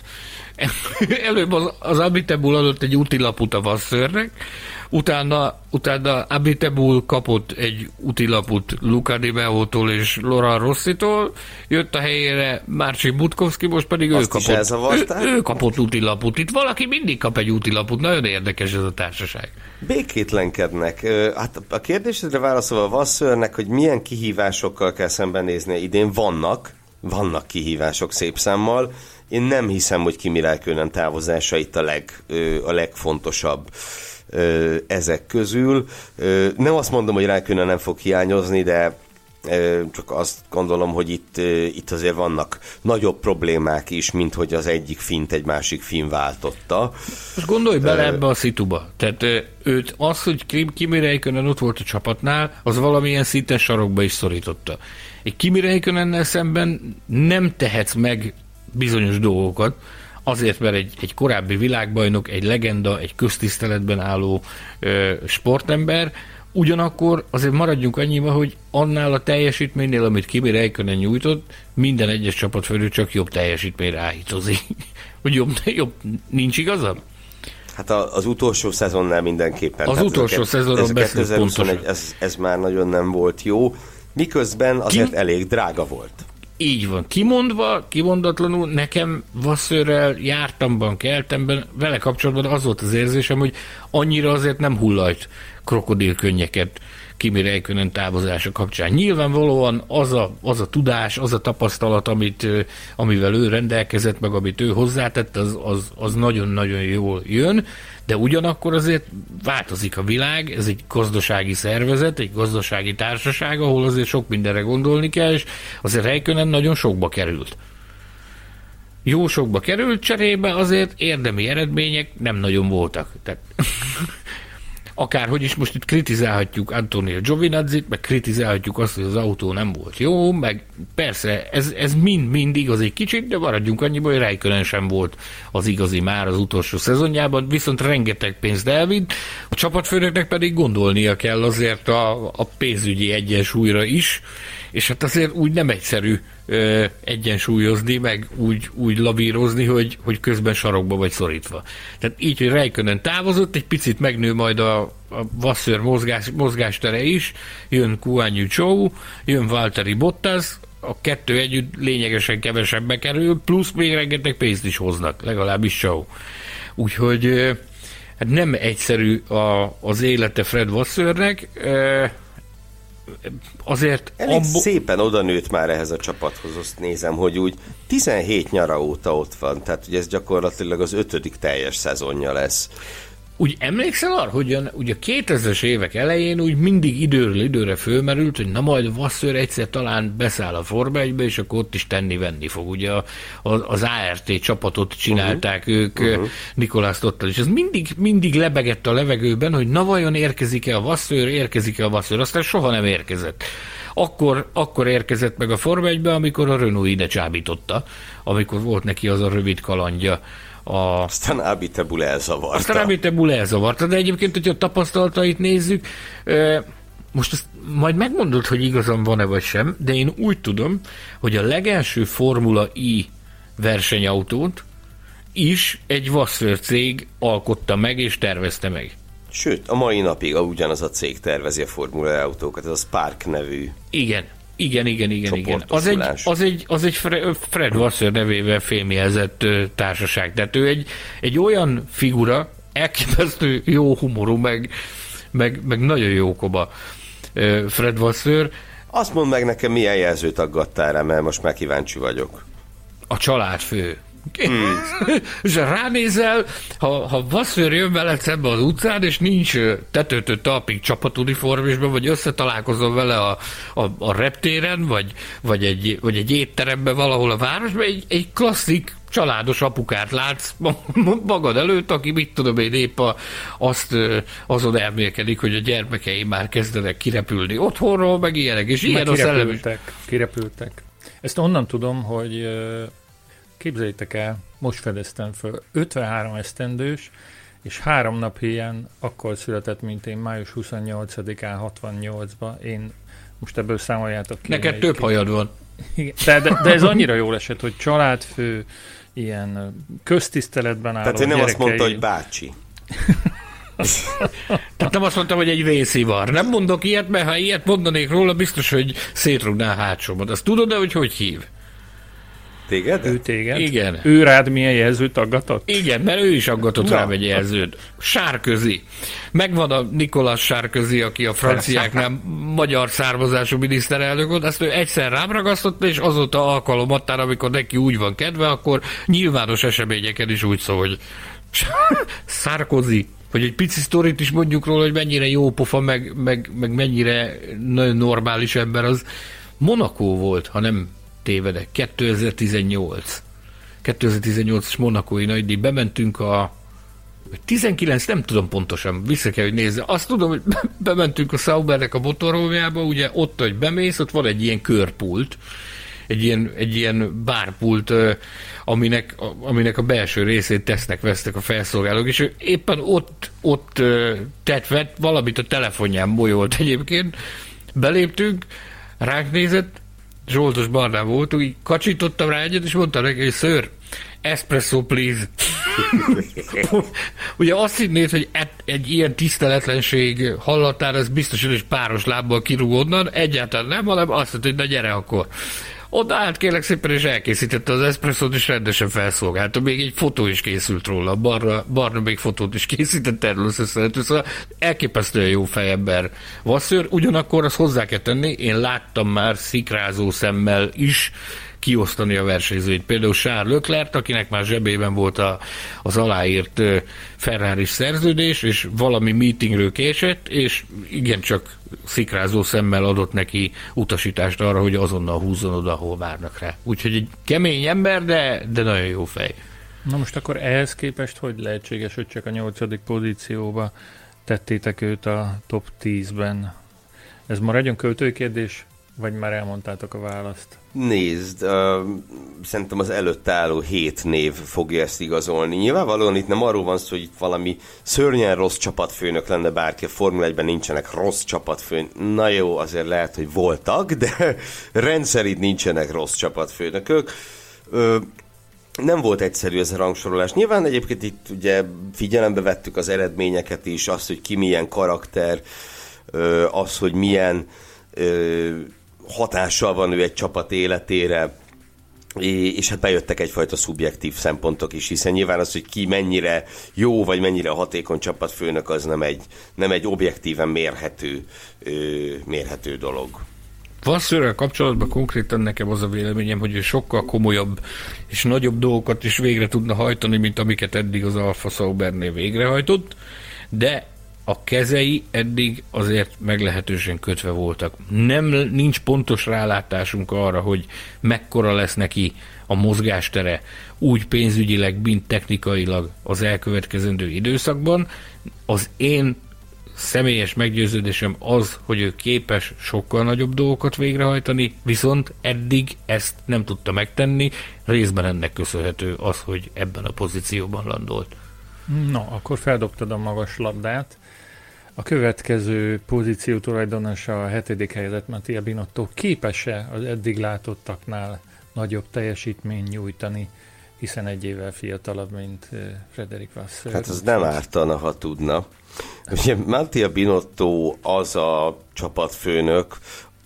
Előbb az Abiteboul adott egy útilaput a Vasseurnek, utána Abiteboul kapott egy útilaput Luca Di Meo-tól és Laurent Rossitól, jött a helyére Marcin Budkowski, most pedig ő kapott útilaput. Itt valaki mindig kap egy útilaput, nagyon érdekes ez a társaság. Békétlenkednek. Hát a kérdésedre válaszolva Vasseurnek, hogy milyen kihívásokkal kell szembenézni idén, vannak kihívások szép számmal. Én nem hiszem, hogy Kimi Räikkönen távozása itt a legfontosabb ezek közül. Nem azt mondom, hogy Räikkönen nem fog hiányozni, de csak azt gondolom, hogy itt azért vannak nagyobb problémák is, mint hogy az egyik fint egy másik fin váltotta. Most gondolj bele ebbe a szituba. Tehát őt az, hogy Kimi Räikkönen ott volt a csapatnál, az valamilyen szinten sarokba is szorította. Egy Kimi Räikkönennel szemben nem tehetsz meg bizonyos dolgokat, azért, mert egy korábbi világbajnok, egy legenda, egy köztiszteletben álló sportember, ugyanakkor azért maradjunk annyiba, hogy annál a teljesítménynél, amit Kimi Räikkönen nyújtott, minden egyes csapatfőnök csak jobb teljesítményre állítozik. Hogy jobb nincs igaza? Hát az utolsó szezonnál mindenképpen. Az utolsó szezonon beszélünk pontosan. Ez már nagyon nem volt jó, miközben azért elég drága volt. Így van. Kimondatlanul nekem Vasseurrel jártamban, keltemben, vele kapcsolatban az volt az érzésem, hogy annyira azért nem hullajt krokodilkönnyeket Kimi Räikkönen távozása kapcsán. Nyilvánvalóan az a tudás, az a tapasztalat, amivel ő rendelkezett, meg amit ő hozzátett, az nagyon-nagyon jól jön, de ugyanakkor azért változik a világ, ez egy gazdasági szervezet, egy gazdasági társaság, ahol azért sok mindenre gondolni kell, és azért Räikkönen nagyon sokba került. Jó sokba került, cserébe azért érdemi eredmények nem nagyon voltak. Tehát akárhogy is most itt kritizálhatjuk Antonio Giovinazzit, meg kritizálhatjuk azt, hogy az autó nem volt jó, meg persze ez mind igaz egy kicsit, de maradjunk annyiban, hogy Räikkönen sem volt az igazi már az utolsó szezonjában, viszont rengeteg pénzt elvitt, a csapatfőnöknek pedig gondolnia kell azért a pénzügyi egyensúlyra is, és hát azért úgy nem egyszerű egyensúlyozni, meg úgy lavírozni, hogy közben sarokba vagy szorítva. Tehát így, hogy Räikkönen távozott, egy picit megnő majd a Vasseur mozgástere is, jön Guan Yu Zhou, jön Valtteri Bottas, a kettő együtt lényegesen kevesebbe kerül, plusz még rengeteg pénzt is hoznak, legalábbis Zhou. Úgyhogy hát nem egyszerű az élete Fred Vasseurnek, azért szépen odanőtt már ehhez a csapathoz, azt nézem, hogy úgy 17 nyara óta ott van, tehát ugye ez gyakorlatilag az 5. teljes szezonja lesz. Úgy emlékszel arra, hogy a 2000-es évek elején úgy mindig időről időre fölmerült, hogy na majd Vasseur egyszer talán beszáll a Forma 1-be, és akkor ott is tenni-venni fog. Ugye az ART csapatot csinálták ők Nicolas Tottal, és ez mindig lebegett a levegőben, hogy na vajon érkezik-e a Vasseur, aztán soha nem érkezett. Akkor érkezett meg a Forma 1-be, amikor a Renault ide csábította, amikor volt neki az a rövid kalandja. Aztán Abiteboul elzavarta. De egyébként, hogyha a tapasztalatait nézzük, most ezt majd megmondod, hogy igazam van-e vagy sem, de én úgy tudom, hogy a legelső Formula E versenyautót is egy Vasseur cég alkotta meg és tervezte meg. Sőt, a mai napig ugyanaz a cég tervezi a Formula E autókat, ez a Spark nevű. Igen. Az egy Fred Vasseur nevével fémjelzett társaság. Tehát ő egy olyan figura, elképesztő jó humorú, meg nagyon jókoba Fred Vasseur. Azt mondd meg nekem, milyen jelzőt aggattál rá, mert most már kíváncsi vagyok. A családfő. És ránézel, ha Vasseur jön veled szembe az utcán, és nincs tetőtől talpig csapatuniformisban, vagy összetalálkozol vele a reptéren, vagy egy étteremben valahol a városban, egy klasszik családos apukát látsz magad előtt, aki mit tudom én épp azon elmélkedik, hogy a gyermekei már kezdenek kirepülni otthonról, meg ilyenek, és ilyen a szellem. Kirepültek. Ezt onnan tudom, hogy képzeljétek el, most fedeztem föl, 53 esztendős, és 3 nap héján akkor született, mint én, május 28-án 68-ban. Én most ebből számoljátok ki. Neked több hajad van. De ez annyira jól esett, hogy családfő, ilyen köztiszteletben álló tehát ő nem gyerekei. azt mondta, hogy bácsi. Tehát nem azt mondtam, hogy egy vészivar. Nem mondok ilyet, mert ha ilyet mondanék róla, biztos, hogy szétrugná a hátsómat. Azt tudod, hogy hív? Téged? Ő téged? Igen. Ő rád milyen jelzőt aggatott? Igen, mert ő is aggatott rám egy jelzőt. Sarkozy. Megvan a Nicolas Sarkozy, aki a franciáknál magyar származású miniszterelnök volt, azt ő egyszer rám ragasztotta, és azóta alkalomattán, amikor neki úgy van kedve, akkor nyilvános eseményeken is úgy szól, hogy Sarkozy. Hogy egy pici sztorit is mondjuk róla, hogy mennyire jó pofa, meg mennyire nagyon normális ember, az Monaco volt, ha nem tévedek, 2018-as monakói nagydíj, bementünk a 19, nem tudom pontosan, vissza kell, hogy nézze. Azt tudom, hogy bementünk a Saubernek a motorhómjába, ugye ott, hogy bemész, ott van egy ilyen körpult, egy ilyen bárpult, aminek a belső részét tesznek-vesztek a felszolgálók, és ő éppen ott vett valamit a telefonján bolyolt egyébként. Beléptünk, ránk nézett, Zsoltos barnán voltunk, így kacsítottam rá egyet, és mondtam neki, hogy Sir, espresso please. Ugye azt hinnéd, hogy egy ilyen tiszteletlenség hallatára ez biztos, hogy páros lábbal kirúg onnan, egyáltalán nem, hanem azt mondta, hogy na gyere akkor. Oda állt kérlek szépen, és elkészítette az eszpresszót, és rendesen felszolgálta. Még egy fotó is készült róla. Barna még fotót is készített erről összeszerető. Szóval elképesztően jó fejember Vasseur. Ugyanakkor azt hozzá kell tenni, én láttam már szikrázó szemmel is kiosztani a versenyzőit. Például Charles Leclerc, akinek már zsebében volt az aláírt Ferrari szerződés, és valami meetingről késett, és igencsak szikrázó szemmel adott neki utasítást arra, hogy azonnal húzzon oda, ahol várnak rá. Úgyhogy egy kemény ember, de nagyon jó fej. Na most akkor ehhez képest hogy lehetséges, hogy csak a 8. pozícióba tettétek őt a top 10-ben. Ez maradjon költői kérdés, vagy már elmondtátok a választ? Nézd, szerintem az előtt álló 7 név fogja ezt igazolni. Nyilvánvalóan itt nem arról van szó, hogy itt valami szörnyen rossz csapatfőnök lenne bárki, a Formula 1-ben nincsenek rossz csapatfőnök. Na jó, azért lehet, hogy voltak, de rendszerint nincsenek rossz csapatfőnökök. Nem volt egyszerű ez a rangsorolás. Nyilván egyébként itt ugye figyelembe vettük az eredményeket is, azt, hogy ki milyen karakter, az, hogy milyen hatással van ő egy csapat életére, és hát bejöttek egyfajta szubjektív szempontok is, hiszen nyilván az, hogy ki mennyire jó, vagy mennyire hatékony csapatfőnök, az nem egy objektíven mérhető dolog. Vasszörrel kapcsolatban konkrétan nekem az a véleményem, hogy ő sokkal komolyabb és nagyobb dolgokat is végre tudna hajtani, mint amiket eddig az Alfa Saubernél végrehajtott, de a kezei eddig azért meglehetősen kötve voltak. Nincs pontos rálátásunk arra, hogy mekkora lesz neki a mozgástere, úgy pénzügyileg, mint technikailag az elkövetkezendő időszakban. Az én személyes meggyőződésem az, hogy ő képes sokkal nagyobb dolgokat végrehajtani, viszont eddig ezt nem tudta megtenni, részben ennek köszönhető az, hogy ebben a pozícióban landolt. No, akkor feldobtad a magas labdát. A következő pozíció tulajdonosa, a 7. helyezett Mattia Binotto képes-e az eddig látottaknál nagyobb teljesítményt nyújtani, hiszen egy évvel fiatalabb, mint Frederic Vasseur? Hát az nem ártana, ha tudna. Ugye Mattia Binotto az a csapatfőnök,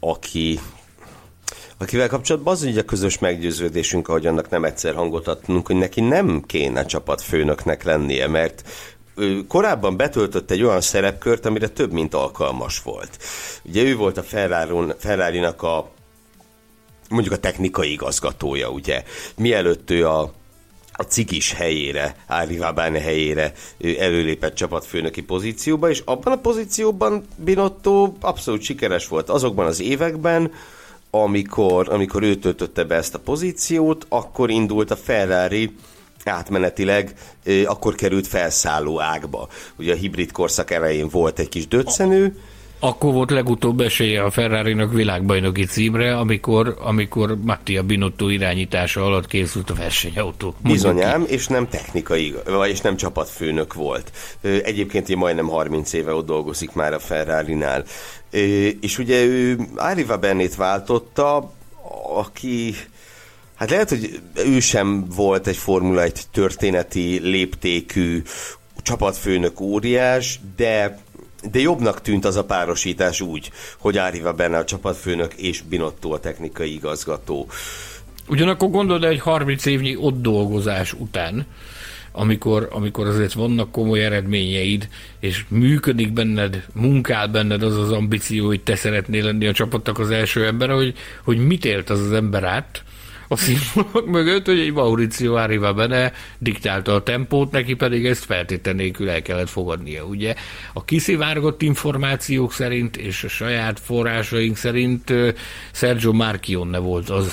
akivel kapcsolatban az ugye a közös meggyőződésünk, ahogy annak nem egyszer hangot adtunk, hogy neki nem kéne csapatfőnöknek lennie, mert korábban betöltött egy olyan szerepkört, amire több mint alkalmas volt. Ugye ő volt a Ferrari-nak mondjuk a technikai igazgatója, ugye. Mielőtt ő a cigis helyére, Arie Vabane helyére előlépett csapatfőnöki pozícióba, és abban a pozícióban Binotto abszolút sikeres volt. Azokban az években, amikor ő töltötte be ezt a pozíciót, akkor indult a Ferrari átmenetileg, akkor került felszálló ágba. Ugye a hibrid korszak elején volt egy kis döccenő. Akkor volt legutóbb esélye a Ferrarinak világbajnoki címre, amikor Mattia Binotto irányítása alatt készült a versenyautó. Bizonyám, és nem technikai, és nem csapatfőnök volt. Egyébként majdnem 30 éve ott dolgozik már a Ferrarinál. És ugye ő Arie Vabanét váltotta, aki... Hát lehet, hogy ő sem volt egy Formula 1 történeti léptékű csapatfőnök óriás, de jobbnak tűnt az a párosítás úgy, hogy Arie Vabane a csapatfőnök és Binotto a technikai igazgató. Ugyanakkor gondolod, egy 30 évnyi ott dolgozás után, amikor azért vannak komoly eredményeid, és működik benned, munkál benned az az ambíció, hogy te szeretnél lenni a csapatnak az első ember, hogy mit élt az ember át a színvonalak mögött, hogy egy Maurizio Arie Vabane diktálta a tempót, neki pedig ezt feltétel nélkül el kellett fogadnia. Ugye a kiszivárgott információk szerint és a saját forrásaink szerint Sergio Marchionne volt az,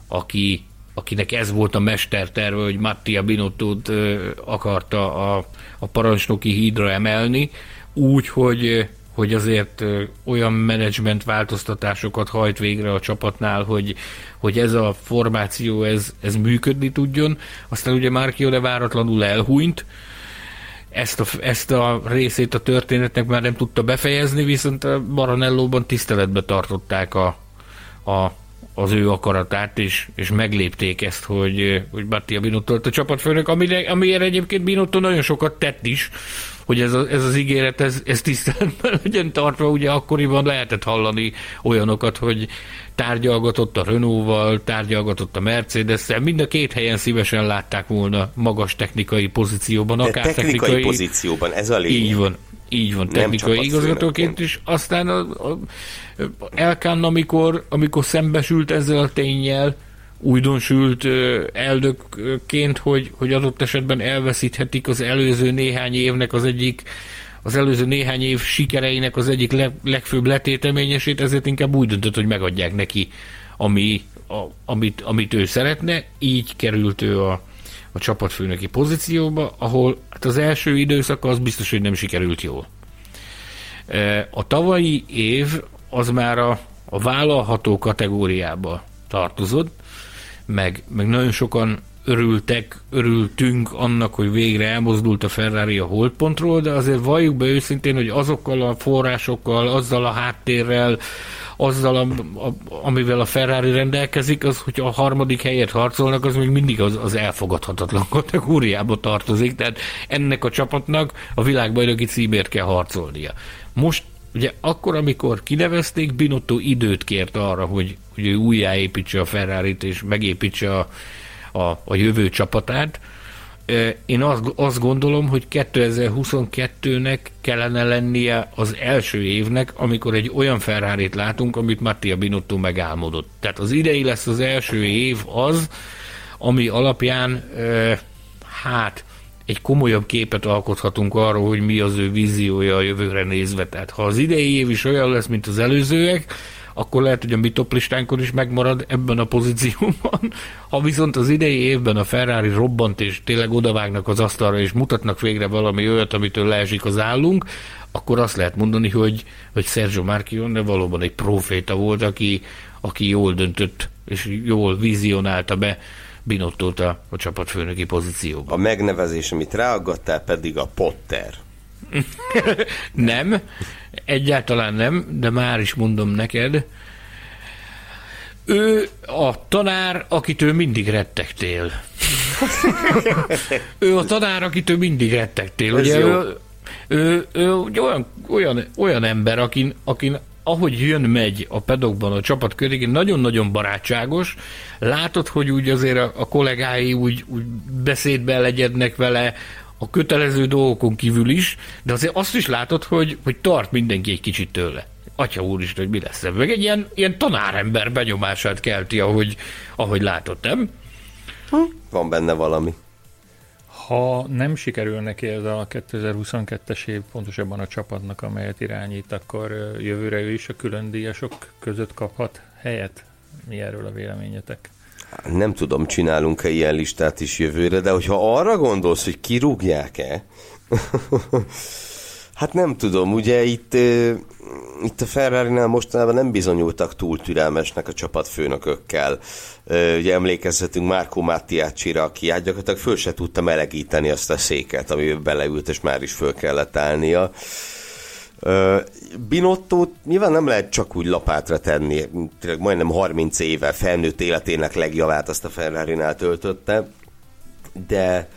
akinek ez volt a mesterterve, hogy Mattia Binottót akarta a parancsnoki hídra emelni, úgy, hogy azért olyan menedzsment változtatásokat hajt végre a csapatnál, hogy ez a formáció ez működni tudjon. Aztán ugye Marchionne váratlanul elhúnyt, ezt a részét a történetnek már nem tudta befejezni, viszont a Maranellóban tiszteletbe tartották az ő akaratát, és meglépték ezt, hogy Mattia Binotto a csapatfőnök, amire egyébként Binotto nagyon sokat tett is, hogy ez az ígéret, ez tiszteletben legyen tartva. Ugye akkoriban lehetett hallani olyanokat, hogy tárgyalgatott a Renault-val, tárgyalgatott a Mercedes-szel, mind a két helyen szívesen látták volna magas technikai pozícióban. De akár technikai pozícióban, ez a lényeg. Így van, technikai igazgatóként is. Aztán Elkann, amikor szembesült ezzel a ténnyel, újdonsült elnökként, hogy adott esetben elveszíthetik az előző néhány évnek az előző néhány év sikereinek az egyik legfőbb letéteményesét, ezért inkább úgy döntött, hogy megadják neki, amit ő szeretne. Így került ő a csapatfőnöki pozícióba, ahol hát az első időszak az biztos, hogy nem sikerült jól. A tavalyi év az már a vállalható kategóriába tartozott, meg nagyon sokan örültünk annak, hogy végre elmozdult a Ferrari a holdpontról, de azért valljuk be őszintén, hogy azokkal a forrásokkal, azzal a háttérrel, azzal, amivel a Ferrari rendelkezik, az, hogy a harmadik helyet harcolnak, az még mindig az elfogadhatatlan kategóriába tartozik, tehát ennek a csapatnak a világbajnoki címért kell harcolnia. Most ugye akkor, amikor kinevezték, Binotto időt kért arra, hogy ő újjáépítse a Ferrarit és megépítse a jövő csapatát. Én azt gondolom, hogy 2022-nek kellene lennie az első évnek, amikor egy olyan Ferrarit látunk, amit Mattia Binotto megálmodott. Tehát az idei lesz az első év az, ami alapján egy komolyabb képet alkothatunk arról, hogy mi az ő víziója a jövőre nézve. Tehát ha az idei év is olyan lesz, mint az előzőek, akkor lehet, hogy a mi toplistánkon is megmarad ebben a pozícióban. Ha viszont az idei évben a Ferrari robbant, és tényleg odavágnak az asztalra, és mutatnak végre valami olyat, amitől leesik az állunk, akkor azt lehet mondani, hogy Sergio Marchionne valóban egy proféta volt, aki jól döntött, és jól vizionálta be Binottót a csapatfőnöki pozícióban. A megnevezés, amit ráaggattál, pedig a Potter. Nem, egyáltalán nem, de már is mondom neked. Ő a tanár, akitől mindig rettegtél. Ő a tanár, akitől mindig rettegtél. Ugye ő olyan ember, akin ahogy jön-megy a pedokban a csapat köré, nagyon-nagyon barátságos. Látod, hogy úgy azért a kollégái úgy beszédbe legyednek vele, a kötelező dolgokon kívül is, de azért azt is látod, hogy tart mindenki egy kicsit tőle. Atya úristen, hogy mi lesz ebből. Meg egy ilyen tanárember benyomását kelti, ahogy látod, nem? Van benne valami. Ha nem sikerül neki ez a 2022-es év, pontosabban a csapatnak, amelyet irányít, akkor jövőre ő is a külön díjasok között kaphat helyet? Mi erről a véleményetek? Nem tudom, csinálunk-e ilyen listát is jövőre, de hogyha arra gondolsz, hogy kirúgják-e, hát nem tudom, ugye itt a Ferrarinál mostanában nem bizonyultak túl türelmesnek a csapatfőnökökkel. Ugye emlékezhetünk Marco Mattiacci-ra, aki hát gyakorlatilag föl se tudta melegíteni azt a széket, amiben beleült, és már is föl kellett állnia. Binottót nyilván nem lehet csak úgy lapátra tenni, tényleg majdnem 30 éve felnőtt életének legjavát azt a Ferrarinál töltötte, de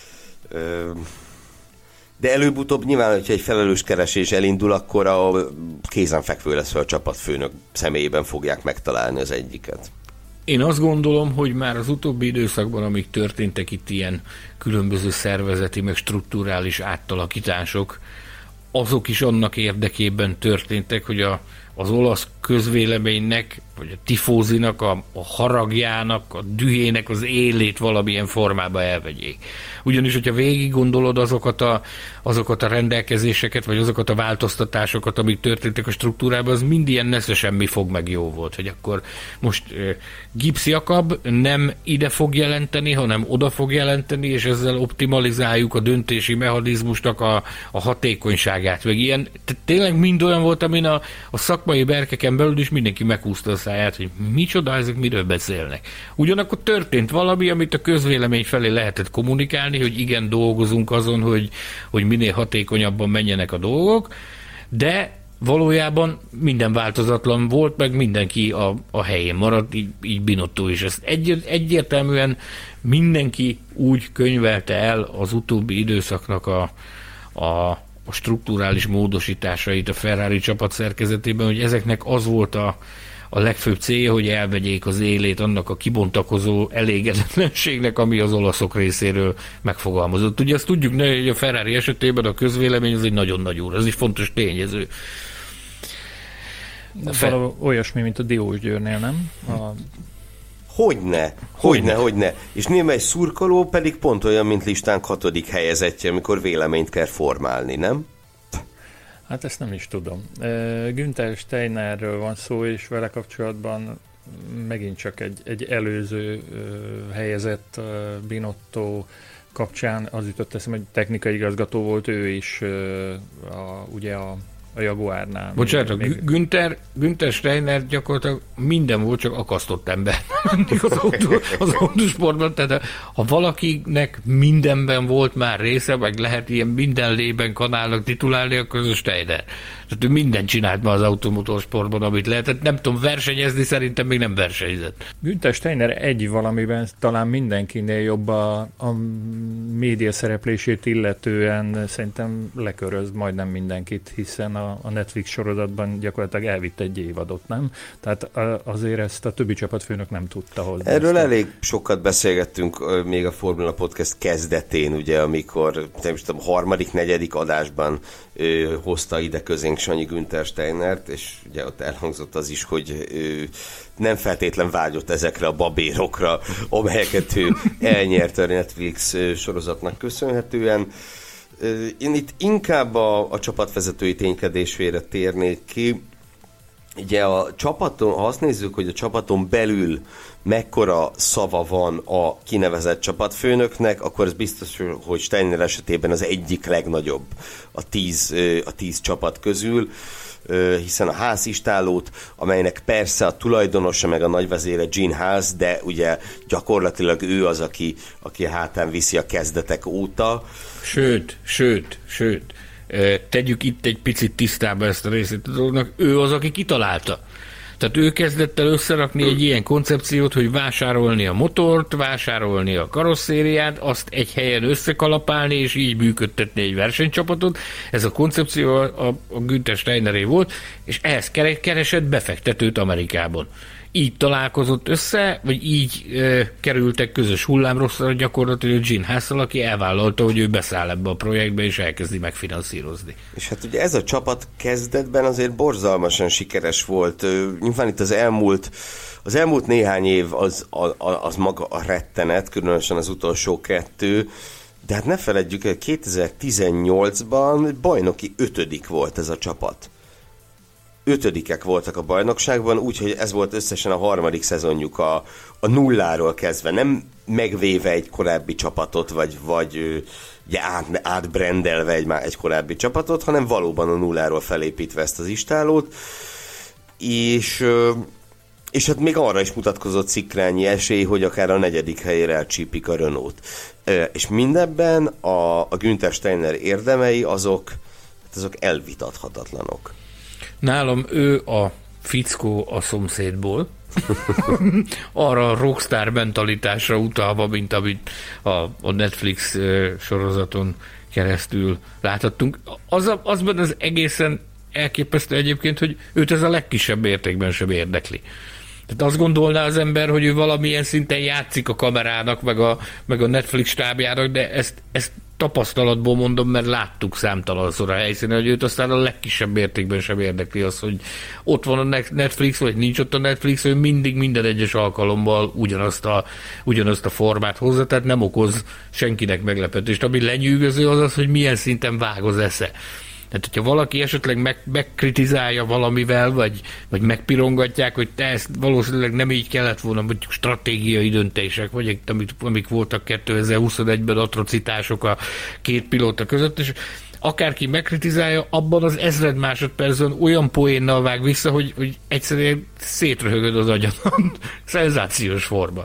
előbb-utóbb nyilván, hogyha egy felelős keresés elindul, akkor a kézenfekvő lesz, hogy a csapatfőnök személyében fogják megtalálni az egyiket. Én azt gondolom, hogy már az utóbbi időszakban, amik történtek itt ilyen különböző szervezeti, meg strukturális áttalakítások, azok is annak érdekében történtek, hogy az olasz közvéleménynek, vagy a tifózinak, a haragjának, a dühének az élét valamilyen formába elvegyék. Ugyanis, hogyha végig gondolod azokat a rendelkezéseket, vagy azokat a változtatásokat, amik történtek a struktúrában, az mind ilyen nesze semmi fog meg jó volt, hogy akkor most Gibbs Jakab nem ide fog jelenteni, hanem oda fog jelenteni, és ezzel optimalizáljuk a döntési mechanizmusnak a hatékonyságát. Meg ilyen, tehát tényleg mind olyan volt, amin a szakmai berkeken belül is mindenki meghúzta a száját, hogy micsoda, ezek miről beszélnek. Ugyanakkor történt valami, amit a közvélemény felé lehetett kommunikálni, hogy igen, dolgozunk azon, hogy minél hatékonyabban menjenek a dolgok, de valójában minden változatlan volt, meg mindenki a helyén maradt, így Binotto is. Ezt egyértelműen mindenki úgy könyvelte el az utóbbi időszaknak a strukturális módosításait a Ferrari csapat szerkezetében, hogy ezeknek az volt a legfőbb célja, hogy elvegyék az élét annak a kibontakozó elégedetlenségnek, ami az olaszok részéről megfogalmazott. Ugye azt tudjuk, hogy a Ferrari esetében a közvélemény az egy nagyon nagy úr, ez egy fontos tényező. Olyasmi, mint a Diós Győrnél, nem? Hogyne. És némely szurkoló pedig pont olyan, mint listánk 6. helyezettje, amikor véleményt kell formálni, nem? Hát ezt nem is tudom. Günther Steinerről van szó, és vele kapcsolatban megint csak egy előző helyezett Binotto kapcsán az jutott eszembe, hogy technikai igazgató volt ő is ugye a a Jaguárnál. Bocsánat, Günther Steiner gyakorlatilag minden volt, csak akasztott ember az autósportban, tehát ha valakinek mindenben volt már része, meg lehet ilyen minden lében kanálnak titulálni, akkor az a Steiner. Tehát ő mindent csinált már az automotorsportban, amit lehetett. Nem tudom, versenyezni szerintem még nem versenyzett. Günther Steiner egy valamiben talán mindenkinél jobb a média szereplését illetően szerintem leköröz majdnem mindenkit, hiszen a Netflix sorozatban gyakorlatilag elvitt egy évadot, nem? Tehát azért ezt a többi csapatfőnök nem tudta hozni. Erről elég sokat beszélgettünk még a Formula Podcast kezdetén, ugye, amikor nem is tudom, harmadik, negyedik adásban hozta ide közénk Sanyi Günther Steinert, és ugye ott elhangzott az is, hogy nem feltétlen vágyott ezekre a babérokra, amelyeket ő elnyert a Netflix sorozatnak köszönhetően. Én itt inkább a csapatvezetői ténykedésére térnék ki. Ugye a csapaton, ha azt nézzük, hogy a csapaton belül mekkora szava van a kinevezett csapatfőnöknek, akkor ez biztos, hogy Steiner esetében az egyik legnagyobb a 10 csapat közül, hiszen a házistálót, amelynek persze a tulajdonosa meg a nagyvezére Gene Haas, de ugye gyakorlatilag ő az, aki a hátán viszi a kezdetek óta. Sőt. Tegyük itt egy picit tisztába ezt a részét a dolognak. Ő az, aki kitalálta. Tehát ő kezdett el összerakni egy ilyen koncepciót, hogy vásárolni a motort, vásárolni a karosszériát, azt egy helyen összekalapálni, és így működtetni egy versenycsapatot. Ez a koncepció a Günther Steineré volt, és ehhez keresett befektetőt Amerikában. Így találkozott össze, vagy így kerültek közös hullámrosszra gyakorlatilag Gene Haas-szal, aki elvállalta, hogy ő beszáll ebbe a projektbe, és elkezdi megfinanszírozni. És hát ugye ez a csapat kezdetben azért borzalmasan sikeres volt. Nyilván itt az elmúlt néhány év az maga a rettenet, különösen az utolsó 2, de hát ne feledjük el, 2018-ban bajnoki 5. volt ez a csapat. 5. voltak a bajnokságban, úgyhogy ez volt összesen a 3. szezonjuk a nulláról kezdve, nem megvéve egy korábbi csapatot, vagy átbrendelve egy korábbi csapatot, hanem valóban a nulláról felépítve ezt az istálót, és hát még arra is mutatkozott szikrányi esély, hogy akár a 4. helyére elcsípik a Renault. És mindebben a Günther Steiner érdemei azok elvitathatatlanok. Nálam ő a fickó a szomszédból, arra a rockstar mentalitásra utalva, mint amit a Netflix sorozaton keresztül láthattunk. Azban az egészen elképesztő egyébként, hogy őt ez a legkisebb értékben sem érdekli. Tehát azt gondolná az ember, hogy ő valamilyen szinten játszik a kamerának, meg a Netflix stábjának, de ezt tapasztalatból mondom, mert láttuk számtalanszor a helyszínen, hogy őt aztán a legkisebb értékben sem érdekli az, hogy ott van a Netflix, vagy nincs ott a Netflix, ő mindig minden egyes alkalommal ugyanazt a formát hozza, tehát nem okoz senkinek meglepetést. Ami lenyűgöző az, hogy milyen szinten vág az esze. Tehát, hogyha valaki esetleg megkritizálja valamivel, vagy megpirongatják, hogy te ezt valószínűleg nem így kellett volna, mondjuk stratégiai döntések, vagy amik voltak 2021-ben atrocitások a két pilóta között, és akárki megkritizálja, abban az 1000 másodpercben olyan poénnal vág vissza, hogy egyszerűen szétröhögöd az agyadon. Szenzációs forma.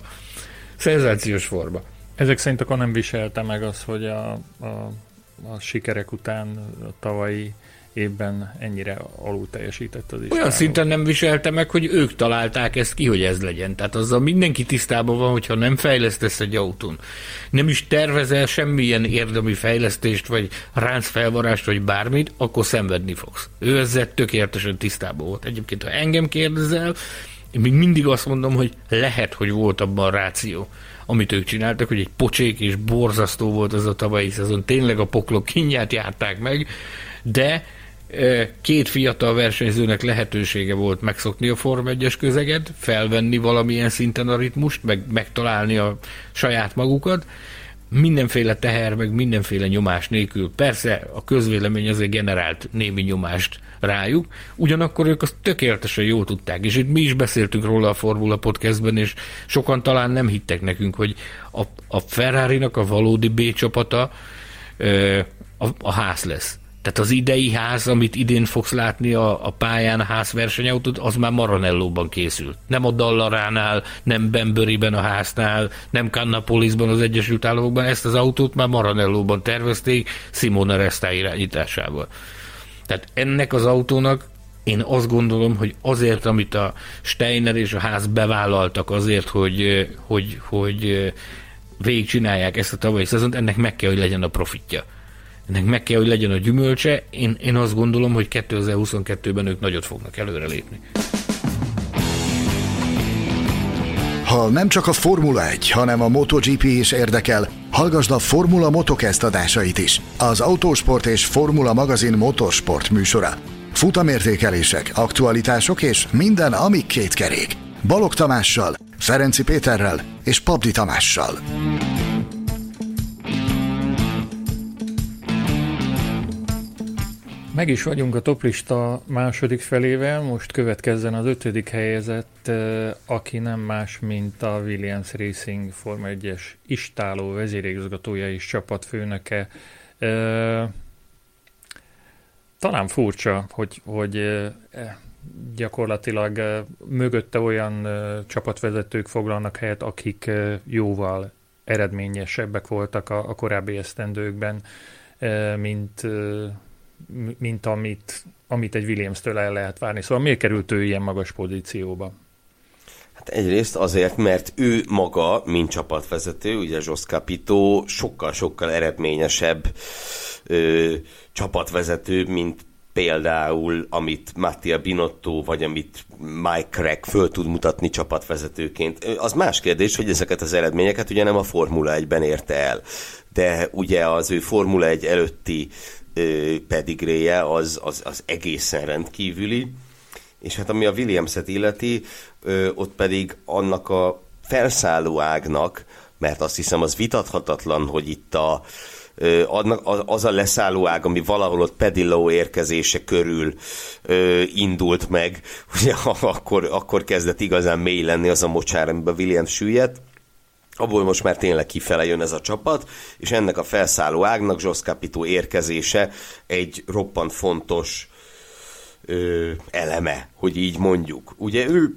Ezek szerint akkor nem viselte meg az, hogy a sikerek után a tavalyi évben ennyire alul teljesített az is. Olyan szinten nem viselte meg, hogy ők találták ezt ki, hogy ez legyen. Tehát azzal mindenki tisztában van, hogyha nem fejlesztesz egy autón, nem is tervezel semmilyen érdemi fejlesztést, vagy ráncfelvarást, vagy bármit, akkor szenvedni fogsz. Ő ezzel tökéletesen tisztában volt. Egyébként, ha engem kérdezel, én még mindig azt mondom, hogy lehet, hogy volt abban ráció, amit ők csináltak, hogy egy pocsék és borzasztó volt az a tavalyi szezon, tényleg a poklok kínját járták meg, de két fiatal versenyzőnek lehetősége volt megszokni a Form 1-es közeget, felvenni valamilyen szinten a ritmust, megtalálni a saját magukat, mindenféle teher, meg mindenféle nyomás nélkül. Persze a közvélemény azért generált némi nyomást rájuk, ugyanakkor ők azt tökéletesen jól tudták, és itt mi is beszéltünk róla a Formula Podcastben, és sokan talán nem hittek nekünk, hogy a Ferrari-nak a valódi B csapata a Haas lesz. Tehát az idei ház, amit idén fogsz látni a pályán, a házversenyautót, az már Maranellóban készült. Nem a Dallaránál, nem Banburyben a háznál, nem Cannapolisban az Egyesült Államokban, ezt az autót már Maranellóban tervezték Simone Resta irányításával. Tehát ennek az autónak én azt gondolom, hogy azért, amit a Steiner és a ház bevállaltak azért, hogy végigcsinálják ezt a tavalyi szezont, ennek meg kell, hogy legyen a profitja. Ennek meg kell, hogy legyen a gyümölcse. Én azt gondolom, hogy 2022-ben ők nagyot fognak előrelépni. Ha nem csak a Formula 1, hanem a MotoGP is érdekel, hallgasd a Formula Motocast adásait is. Az Autósport és Formula magazin motorsport műsora. Futamértékelések, aktualitások és minden, ami kétkerék. Balogh Tamással, Ferenci Péterrel és Pabdi Tamással. Meg is vagyunk a toplista második felével, most következzen az 5. helyezett, aki nem más, mint a Williams Racing Forma 1-es istáló vezérigazgatója és csapatfőnöke. Talán furcsa, hogy gyakorlatilag mögötte olyan csapatvezetők foglalnak helyet, akik jóval eredményesebbek voltak a korábbi esztendőkben, mint amit egy Williams-től el lehet várni. Szóval miért került ő ilyen magas pozícióba? Hát egyrészt azért, mert ő maga, mint csapatvezető, ugye Jost Capito sokkal-sokkal eredményesebb csapatvezető, mint például, amit Mattia Binotto, vagy amit Mike Crack föl tud mutatni csapatvezetőként. Az más kérdés, hogy ezeket az eredményeket ugye nem a Formula 1-ben érte el. De ugye az ő Formula 1 előtti pedigréje az egészen rendkívüli, és hát ami a Williams-et illeti, ott pedig annak a felszálló ágnak, mert azt hiszem az vitathatatlan, hogy itt az a leszálló ág, ami valahol ott Paddy Lowe érkezése körül indult meg, ugye akkor kezdett igazán mély lenni az a mocsár, amiben Williams süllyedt, abból most már tényleg kifele jön ez a csapat, és ennek a felszálló ágnak Jost Capito érkezése egy roppant fontos eleme, hogy így mondjuk. Ugye ő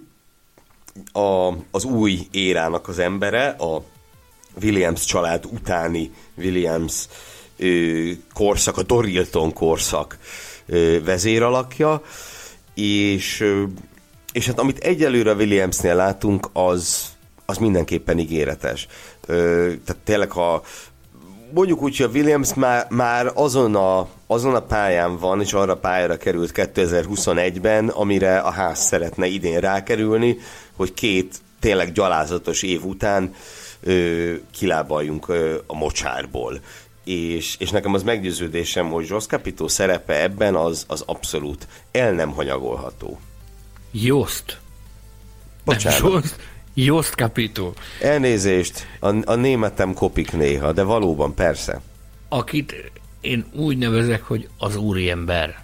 az új érának az embere, a Williams család utáni Williams korszak, a Dorilton korszak vezéralakja, és hát amit egyelőre a Williamsnél látunk, az mindenképpen ígéretes. Tehát tényleg, ha mondjuk úgy, hogy a Williams már azon a pályán van, és arra pályára került 2021-ben, amire a ház szeretne idén rákerülni, hogy 2 tényleg gyalázatos év után kilábaljunk a mocsárból. És nekem az meggyőződésem, hogy Jost Capito szerepe ebben az abszolút el nem hanyagolható. Jost. Bocsánat. Jost Capito. Elnézést, a németem kopik néha, de valóban persze. Akit én úgy nevezek, hogy az úriember.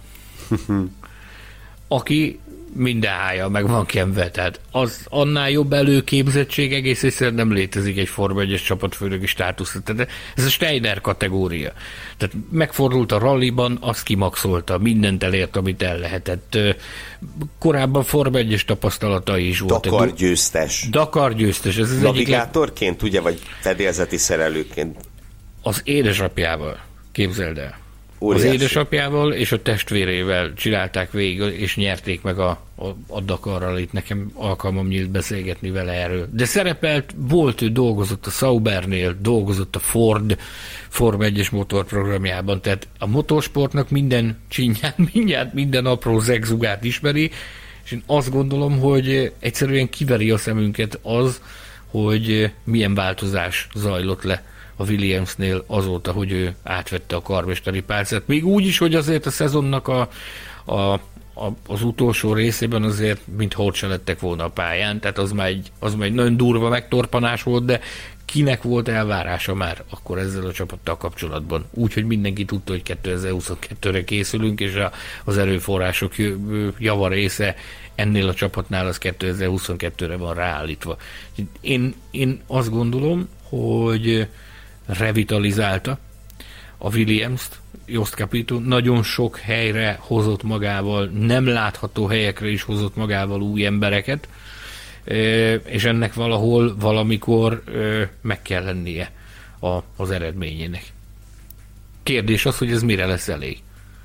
Aki minden hája meg van kenve, tehát az annál jobb előképzettség egész egyszerűen nem létezik egy Forma 1-es csapatfőnöki státusz. Tehát ez a Steiner kategória. Tehát megfordult a ralliban, azt kimaxolta, mindent elért, amit el lehetett. Korábban Forma 1-es tapasztalatai is volt. Dakar győztes. Ez az navigátorként, ugye, vagy fedélzeti szerelőként? Az édesapjával, képzeld el. Óriási. Az édesapjával és a testvérével csinálták végig, és nyerték meg a Dakarral, itt nekem alkalmam nyílt beszélgetni vele erről. De szerepelt, ő dolgozott a Saubernél, dolgozott a Ford Forma 1-es motorprogramjában, tehát a motorsportnak minden csinyát, minden apró zegzugát ismeri, és én azt gondolom, hogy egyszerűen kiveri a szemünket az, hogy milyen változás zajlott le a Williamsnél azóta, hogy ő átvette a karmesteri pálcát. Még úgy is, hogy azért a szezonnak az utolsó részében azért mintha ott se lettek volna a pályán, tehát az már egy nagyon durva megtorpanás volt, de kinek volt elvárása már akkor ezzel a csapattal kapcsolatban? Úgyhogy mindenki tudta, hogy 2022-re készülünk, és az erőforrások java része ennél a csapatnál az 2022-re van ráállítva. Én azt gondolom, hogy revitalizálta a Williams-t, Jost Capito nagyon sok helyre hozott magával, nem látható helyekre is hozott magával új embereket, és ennek valahol, valamikor meg kell lennie az eredményének. Kérdés az, hogy ez mire lesz elég.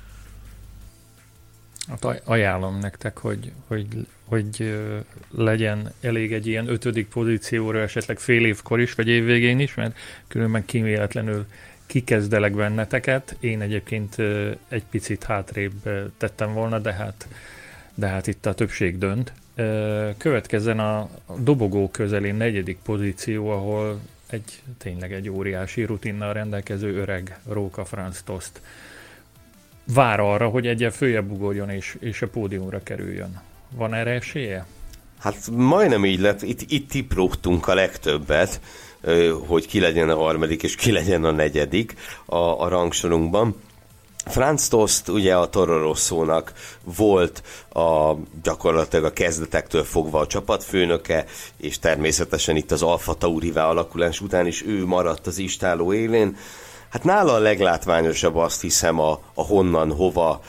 Hát ajánlom nektek, hogy legyen elég egy ilyen 5. pozícióra, esetleg fél évkor is, vagy évvégén is, mert különben kíméletlenül kikezdelek benneteket. Én egyébként egy picit hátrébb tettem volna, de hát itt a többség dönt. Következzen a dobogó közelén 4. pozíció, ahol tényleg egy óriási rutinnal rendelkező öreg Róka Franz Tost vár arra, hogy egyen följebb ugorjon és a pódiumra kerüljön. Van erre esélye? Hát majdnem így lett. Itt tiprógtunk a legtöbbet, hogy ki legyen a 3. és ki legyen a 4. a rangsorunkban. Franz Tost ugye a Toro Rossónak volt gyakorlatilag a kezdetektől fogva a csapatfőnöke, és természetesen itt az Alfa Tauri alakulás után is ő maradt az istáló élén. Hát nála a leglátványosabb, azt hiszem, a honnan hova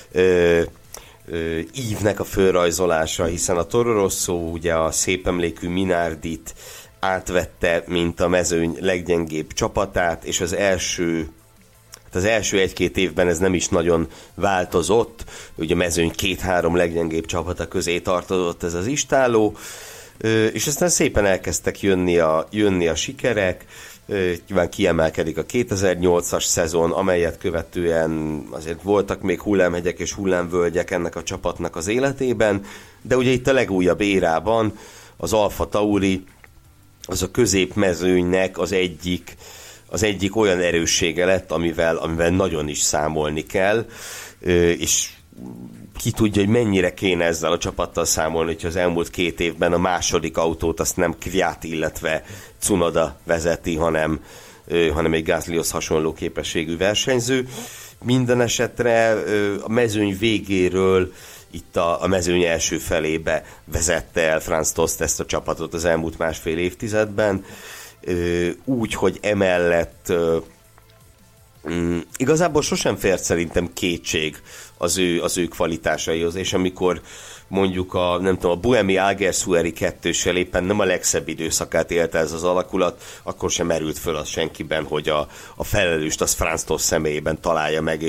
ívnek a fölrajzolása, hiszen a Toro Rosso ugye a szép emlékű Minardit átvette, mint a mezőny leggyengébb csapatát, és az első 1-2 évben ez nem is nagyon változott, ugye a mezőny 2-3 leggyengébb csapata közé tartozott ez az istáló, és aztán szépen elkezdtek jönni a sikerek. Nyilván kiemelkedik a 2008-as szezon, amelyet követően azért voltak még hullámhegyek és hullámvölgyek ennek a csapatnak az életében, de ugye itt a legújabb érában az Alfa Tauri az a középmezőnynek az egyik olyan erőssége lett, amivel nagyon is számolni kell, és ki tudja, hogy mennyire kéne ezzel a csapattal számolni, hogyha az elmúlt 2 évben a második autót azt nem Kvyat, illetve Tsunoda vezeti, hanem egy Gaslyhoz hasonló képességű versenyző. Minden esetre a mezőny végéről itt a mezőny első felébe vezette el Franz Tost ezt a csapatot az elmúlt 1,5 évtizedben, úgy, hogy emellett igazából sosem fért szerintem kétség az ő kvalitásaihoz, és amikor mondjuk a Buemi Alguersuari 2-sel éppen nem a legszebb időszakát élte ez az alakulat, akkor sem merült föl az senkiben, hogy a felelőst az Franz Tost személyében találja meg,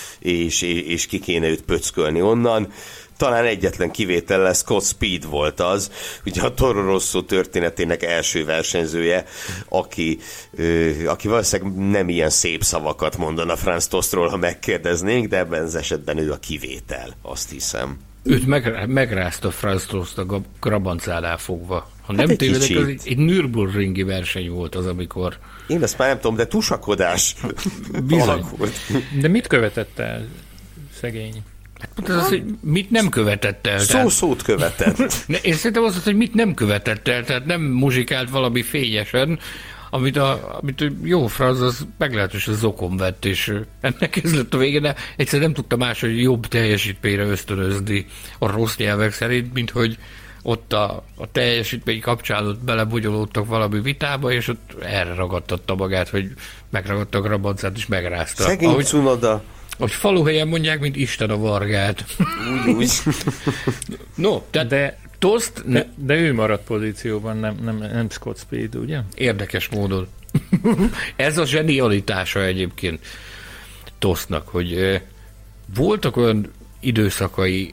és ki kéne őt pöckölni onnan. Talán egyetlen kivétel lesz, Scott Speed volt az, ugye a Toro Rosso történetének első versenyzője, aki valószínűleg nem ilyen szép szavakat mondana Franz Tostról, ha megkérdeznénk, de ebben az esetben ő a kivétel, azt hiszem. Őt megrázta Franz Tost a grabancánál fogva. Ha nem tévedek, az egy Nürburgringi verseny volt az, amikor... Én ezt már nem tudom, de tusakodás alakult. De mit követett el szegény? Hát az, hogy mit nem követett el. Szó-szót követett. Én szerintem az, hogy mit nem követett el, tehát nem muzsikált valami fényesen, amit jó Franz, az meglehetősen zokon vett, és ennek ez lett a vége, de egyszer nem tudta más, hogy jobb teljesítményre ösztönözni a rossz nyelvek szerint, mint hogy ott a teljesítmény kapcsán ott belebogyolódtak valami vitába, és ott erre ragadtatta magát, hogy megragadta a grabancát, és megrázta. Szegény Tsunoda. Hogy faluhelyen mondják, mint Isten a vargát. Úgy. No, tehát Tost... De ő maradt pozícióban, nem Scott Speed, ugye? Érdekes módon. Ez a zsenialitása egyébként Tostnak, hogy voltak olyan időszakai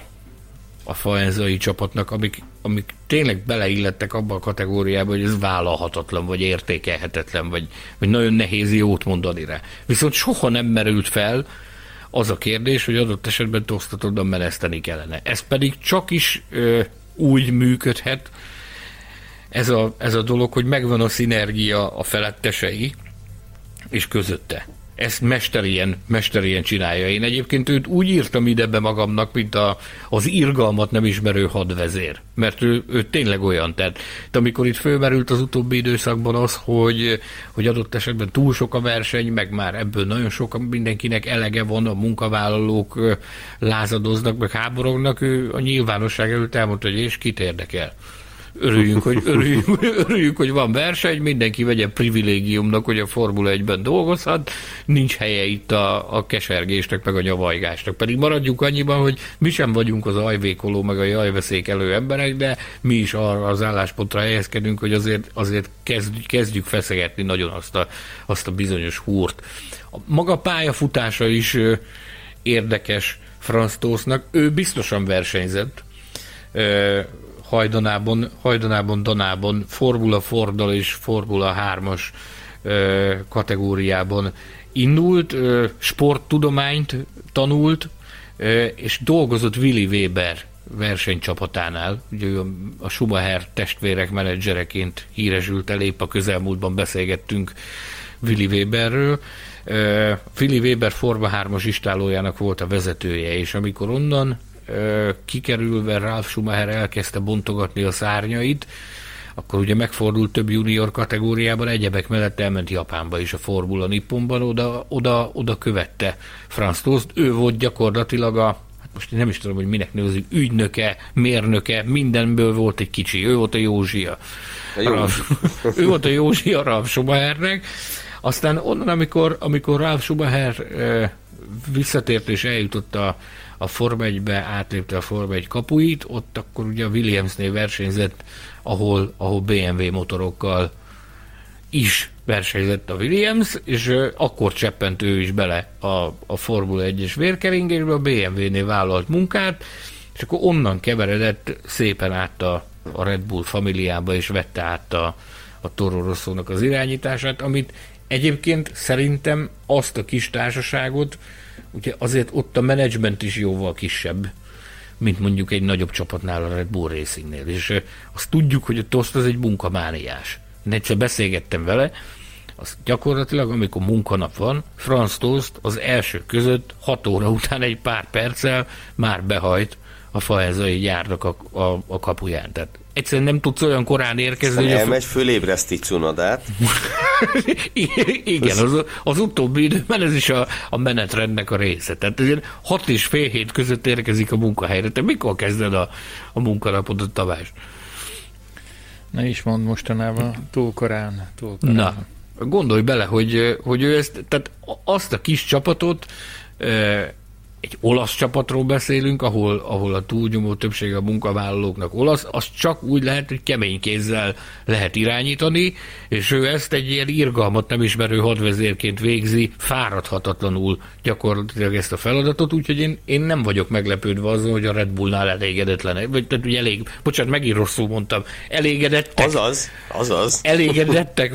a faenzai csapatnak, amik tényleg beleillettek abba a kategóriába, hogy ez vállalhatatlan, vagy értékelhetetlen, vagy nagyon nehéz jót mondani rá. Viszont soha nem merült fel az a kérdés, hogy adott esetben Tostot onnan meneszteni kellene. Ez pedig csak is úgy működhet, ez a dolog, hogy megvan a szinergia a felettesei és közötte. Ezt mesterien csinálja. Én egyébként őt úgy írtam ide be magamnak, mint az irgalmat nem ismerő hadvezér. Mert ő tényleg olyan. Tehát amikor itt fölmerült az utóbbi időszakban az, hogy adott esetben túl sok a verseny, meg már ebből nagyon sok mindenkinek elege van, a munkavállalók lázadoznak, meg háborognak, ő a nyilvánosság előtt elmondta, hogy és kit érdekel. Örüljünk, hogy van verseny, mindenki vegye privilégiumnak, hogy a Formula 1-ben dolgozhat, nincs helye itt a kesergésnek, meg a nyavajgásnak. Pedig maradjunk annyiban, hogy mi sem vagyunk az ajvékoló, meg a jajveszékelő emberek, de mi is arra az álláspontra helyezkedünk, hogy azért kezdjük feszegetni nagyon azt a bizonyos húrt. A maga pályafutása is érdekes Franz Tosznak. Ő biztosan versenyzett hajdanában, danában, Formula Forddal és Formula 3-as kategóriában indult, sporttudományt tanult, és dolgozott Willi Weber versenycsapatánál. Ugye a Schumacher testvérek menedzsereként híresült el, épp a közelmúltban beszélgettünk Willi Weberről. Willi Weber Forma 3-as istálójának volt a vezetője, és amikor onnan kikerülve Ralf Schumacher elkezdte bontogatni a szárnyait, akkor ugye megfordult több junior kategóriában, egyebek mellett elment Japánba is a Formula Nipponban, oda követte Franz Tost. Ő volt gyakorlatilag hát most nem is tudom, hogy minek nevezzük, ügynöke, mérnöke, mindenből volt egy kicsi. Ő volt a Józsia. Ő volt a Józsia Ralf Schumachernek. Aztán onnan, amikor Ralf Schumacher visszatért és eljutott a Forma 1-be, átlépte a Forma 1 kapuit, ott akkor ugye a Williamsnél versenyzett, ahol BMW motorokkal is versenyzett a Williams, és akkor cseppent ő is bele a Formula 1-es vérkeringésbe, a BMW-nél vállalt munkát, és akkor onnan keveredett szépen át a Red Bull familiába, és vette át a Toro Rossónak az irányítását, amit egyébként szerintem azt a kis társaságot, ugye azért ott a menedzsment is jóval kisebb, mint mondjuk egy nagyobb csapatnál a Red Bull Racingnél. És azt tudjuk, hogy a Tost az egy munkamániás. Én egyszer beszélgettem vele, az gyakorlatilag, amikor munkanap van, Franz Tost az első között 6 óra után egy pár perccel már behajt a Faenzai gyárnak a kapuján. Tehát egyszerűen nem tudsz olyan korán érkezni, hogy elmegy, fölébreszti Cunodát. Igen, az utóbbi időben ez is a menetrendnek a része. Tehát 6 és fél hét között érkezik a munkahelyre. Te mikor kezded a munkanapot, Tamás? Ne is mondd mostanában, túl korán. Na, gondolj bele, hogy ő ezt, tehát azt a kis csapatot, egy olasz csapatról beszélünk, ahol a túlnyomó többsége a munkavállalóknak olasz, az csak úgy lehet, hogy kemény kézzel lehet irányítani, és ő ezt egy ilyen irgalmat nem ismerő hadvezérként végzi, fáradhatatlanul gyakorlatilag ezt a feladatot, úgyhogy én nem vagyok meglepődve azon, hogy a Red Bullnál elégedetlenek, vagy tehát ugye bocsánat, megint rosszul mondtam, elégedettek. Azaz. Elégedettek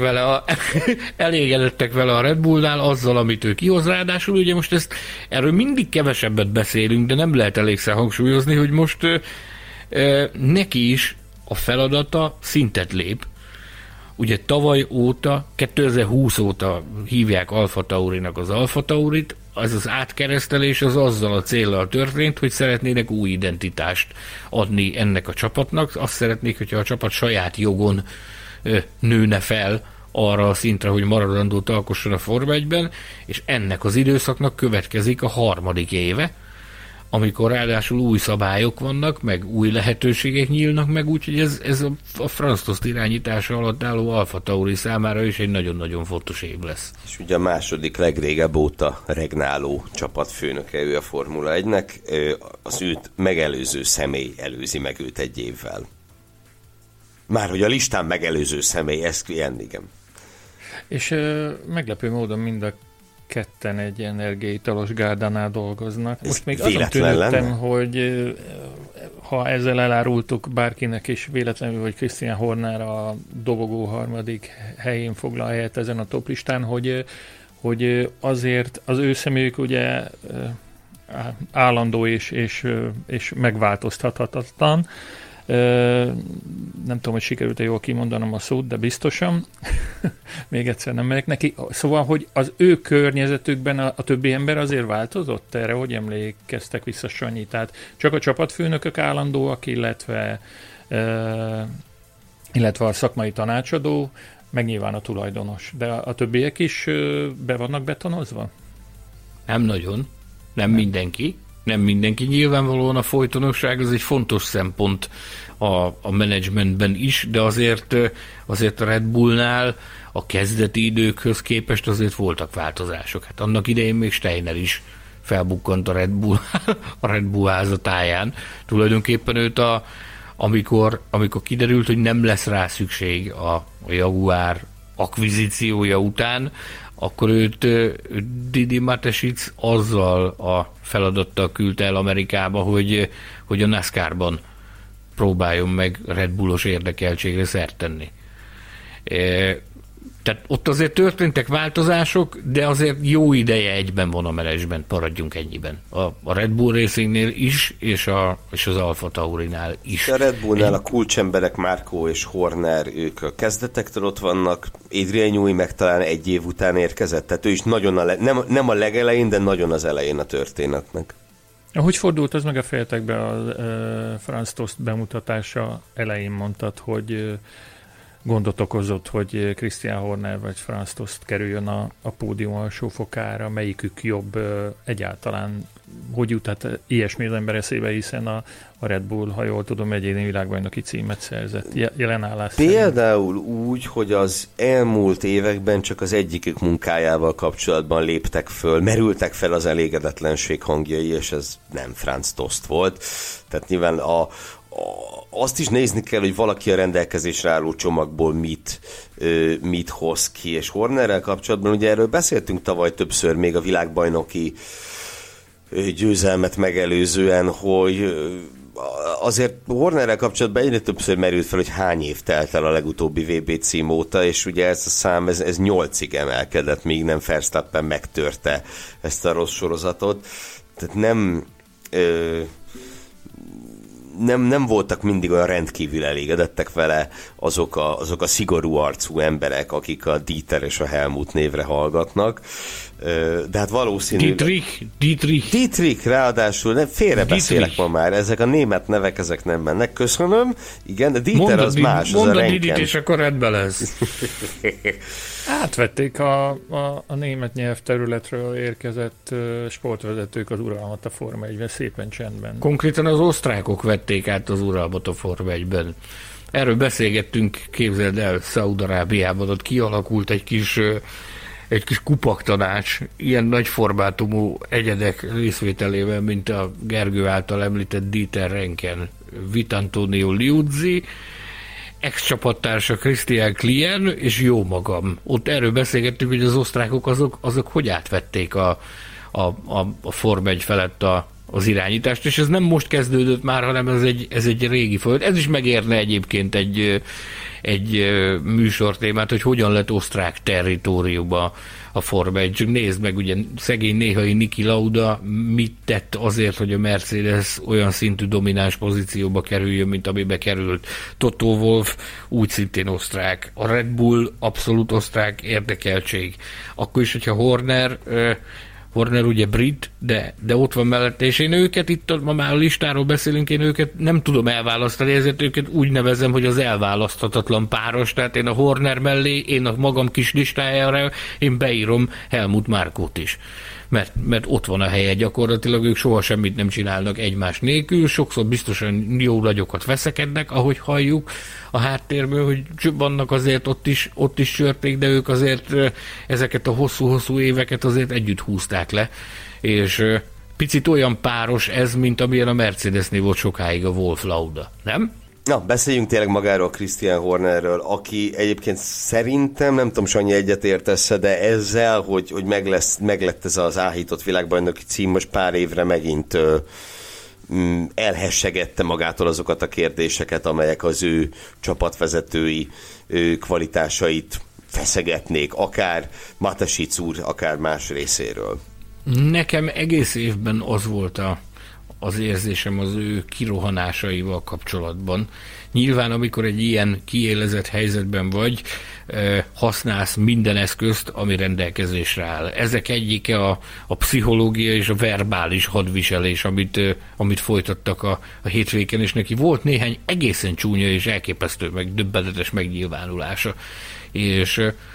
vele a Red Bullnál azzal, amit ő kihoz, ráadásul ugye most erről mindig kevesebbet beszélünk, de nem lehet elégszer hangsúlyozni, hogy most neki is a feladata szintet lép. Ugye tavaly óta, 2020 óta hívják Alfa Taurinak az Alfa Taurit, az az átkeresztelés az azzal a céllal történt, hogy szeretnének új identitást adni ennek a csapatnak. Azt szeretnék, hogyha a csapat saját jogon nőne fel arra a szintre, hogy maradandót alkosson a Forma 1-ben, és ennek az időszaknak következik a 3. éve, amikor ráadásul új szabályok vannak, meg új lehetőségek nyílnak meg, úgyhogy ez a Franz Tost irányítása alatt álló Alfa Tauri számára is egy nagyon-nagyon fontos év lesz. És ugye a második legrégebb óta regnáló csapatfőnöke ő a Formula 1-nek, az őt megelőző személy előzi meg őt egy évvel. Már hogy a listán megelőző személy, ez ilyen, igen. És meglepő módon mind a ketten egy energiaitalos gárdánál dolgoznak. Most még azon tűnődtem, hogy ha ezzel elárultuk bárkinek is véletlenül, hogy Christian Horner a dobogó 3. helyén foglal helyet ezen a toplistán, hogy azért az ő személyük ugye állandó és megváltoztathatatlan. Nem tudom, hogy sikerült-e jól kimondanom a szót, de biztosan. Még egyszer nem megyek neki. Szóval, hogy az ő környezetükben a többi ember azért változott erre, hogy emlékeztek vissza, Sanyi? Tehát csak a csapatfőnökök állandóak, illetve a szakmai tanácsadó, meg nyilván a tulajdonos. De a többiek is be vannak betonozva? Nem nagyon. Nem mindenki. nem mindenki. Nyilvánvalóan a folytonosság az egy fontos szempont a menedzsmentben is, de azért a Red Bullnál a kezdeti időkhöz képest azért voltak változások. Hát annak idején még Steiner is felbukkant a Red Bull házatáján. Tulajdonképpen őt amikor kiderült, hogy nem lesz rá szükség a Jaguar akvizíciója után, akkor őt Didi Mateschitz azzal a feladattal küldte el Amerikába, hogy a NASCAR-ban próbáljon meg Red Bullos érdekeltségre szert tenni. Tehát ott azért történtek változások, de azért jó ideje egyben van a menedzsment, maradjunk ennyiben. A Red Bull Racingnél is, és az Alfa Taurinál is. A Red Bullnál a kulcsemberek Marco és Horner, ők a kezdetektől ott vannak, Adrian Newey meg talán egy év után érkezett, tehát ő is nagyon nem a legelején, de nagyon az elején a történetnek. Ahogy fordult az meg a fejetekbe a Franz Tost bemutatása elején mondtad, hogy gondot okozott, hogy Christian Horner vagy Franz Tost kerüljön a pódium alsó fokára, melyikük jobb egyáltalán, hogy jut hát ilyesmi az ember eszébe, hiszen a Red Bull, ha jól tudom, egyéni világbajnoki címet szerzett. Jelenállás például úgy, hogy az elmúlt években csak az egyikük munkájával kapcsolatban léptek föl, merültek fel az elégedetlenség hangjai, és ez nem Franz Tost volt. Tehát nyilván azt is nézni kell, hogy valaki a rendelkezésre álló csomagból mit hoz ki, és Hornerrel kapcsolatban, ugye erről beszéltünk tavaly többször még a világbajnoki győzelmet megelőzően, hogy azért Hornerrel kapcsolatban egyre többször merült fel, hogy hány év telt el a legutóbbi VB cím óta, és ugye ez a szám, ez 8-ig emelkedett, míg nem Verstappen megtörte ezt a rossz sorozatot. Tehát nem voltak mindig olyan rendkívül elégedettek vele azok a szigorú arcú emberek, akik a Dieter és a Helmut névre hallgatnak. De hát valószínűleg... Dietrich, ráadásul félrebeszélek ma már, ezek a német nevek, ezek nem mennek. Köszönöm. Igen, de Dieter az más, az a Renken. Didit, és akkor rendben lesz. Átvették a német nyelvterületről érkezett sportvezetők az uralmat a Forma 1-ben, szépen csendben. Konkrétan az osztrákok vették át az uralmat a Forma 1-ben. Erről beszélgettünk, képzeld el, Szaúd-Arábiában, ott kialakult egy kis kupaktanács, ilyen nagy formátumú egyedek részvételével, mint a Gergő által említett Dieter Renken, Vitantonio Liuzzi, ex-csapattársa Christian Klien, és jó magam. Ott erről beszélgettünk, hogy az osztrákok azok hogy átvették a Forma 1 felett az irányítást, és ez nem most kezdődött már, hanem ez egy régi föld. Ez is megérne egyébként egy műsortémát, hogy hogyan lett osztrák territóriumba a Forma 1. Csak nézd meg, ugye szegény néhai Niki Lauda mit tett azért, hogy a Mercedes olyan szintű domináns pozícióba kerüljön, mint amibe került. Toto Wolff úgy szintén osztrák. A Red Bull abszolút osztrák érdekeltség. Akkor is, hogyha Horner ugye brit, de ott van mellette, és én őket itt, ma már a listáról beszélünk, én őket nem tudom elválasztani, ezért őket úgy nevezem, hogy az elválaszthatatlan páros, tehát én a Horner mellé, én a magam kis listájára, én beírom Helmut Markót is. Mert ott van a helye gyakorlatilag, ők soha semmit nem csinálnak egymás nélkül, sokszor biztosan jó nagyokat veszekednek, ahogy halljuk a háttérből, hogy vannak azért ott is csörték, de ők azért ezeket a hosszú-hosszú éveket azért együtt húzták le, és picit olyan páros ez, mint amilyen a Mercedesnél volt sokáig a Wolff Lauda, nem? Na, beszéljünk tényleg magáról, Christian Hornerről, aki egyébként szerintem, nem tudom, Sanyi egyetértesz, de ezzel, hogy meglett ez az áhított világbajnoki cím, most pár évre megint elhessegette magától azokat a kérdéseket, amelyek az ő csapatvezetői kvalitásait feszegetnék, akár Mateschitz úr, akár más részéről. Nekem egész évben az volt az érzésem az ő kirohanásaival kapcsolatban. Nyilván, amikor egy ilyen kiélezett helyzetben vagy, használsz minden eszközt, ami rendelkezésre áll. Ezek egyike a pszichológia és a verbális hadviselés, amit folytattak a hétvéken, és neki volt néhány egészen csúnya és elképesztő, meg döbbenetes megnyilvánulása. És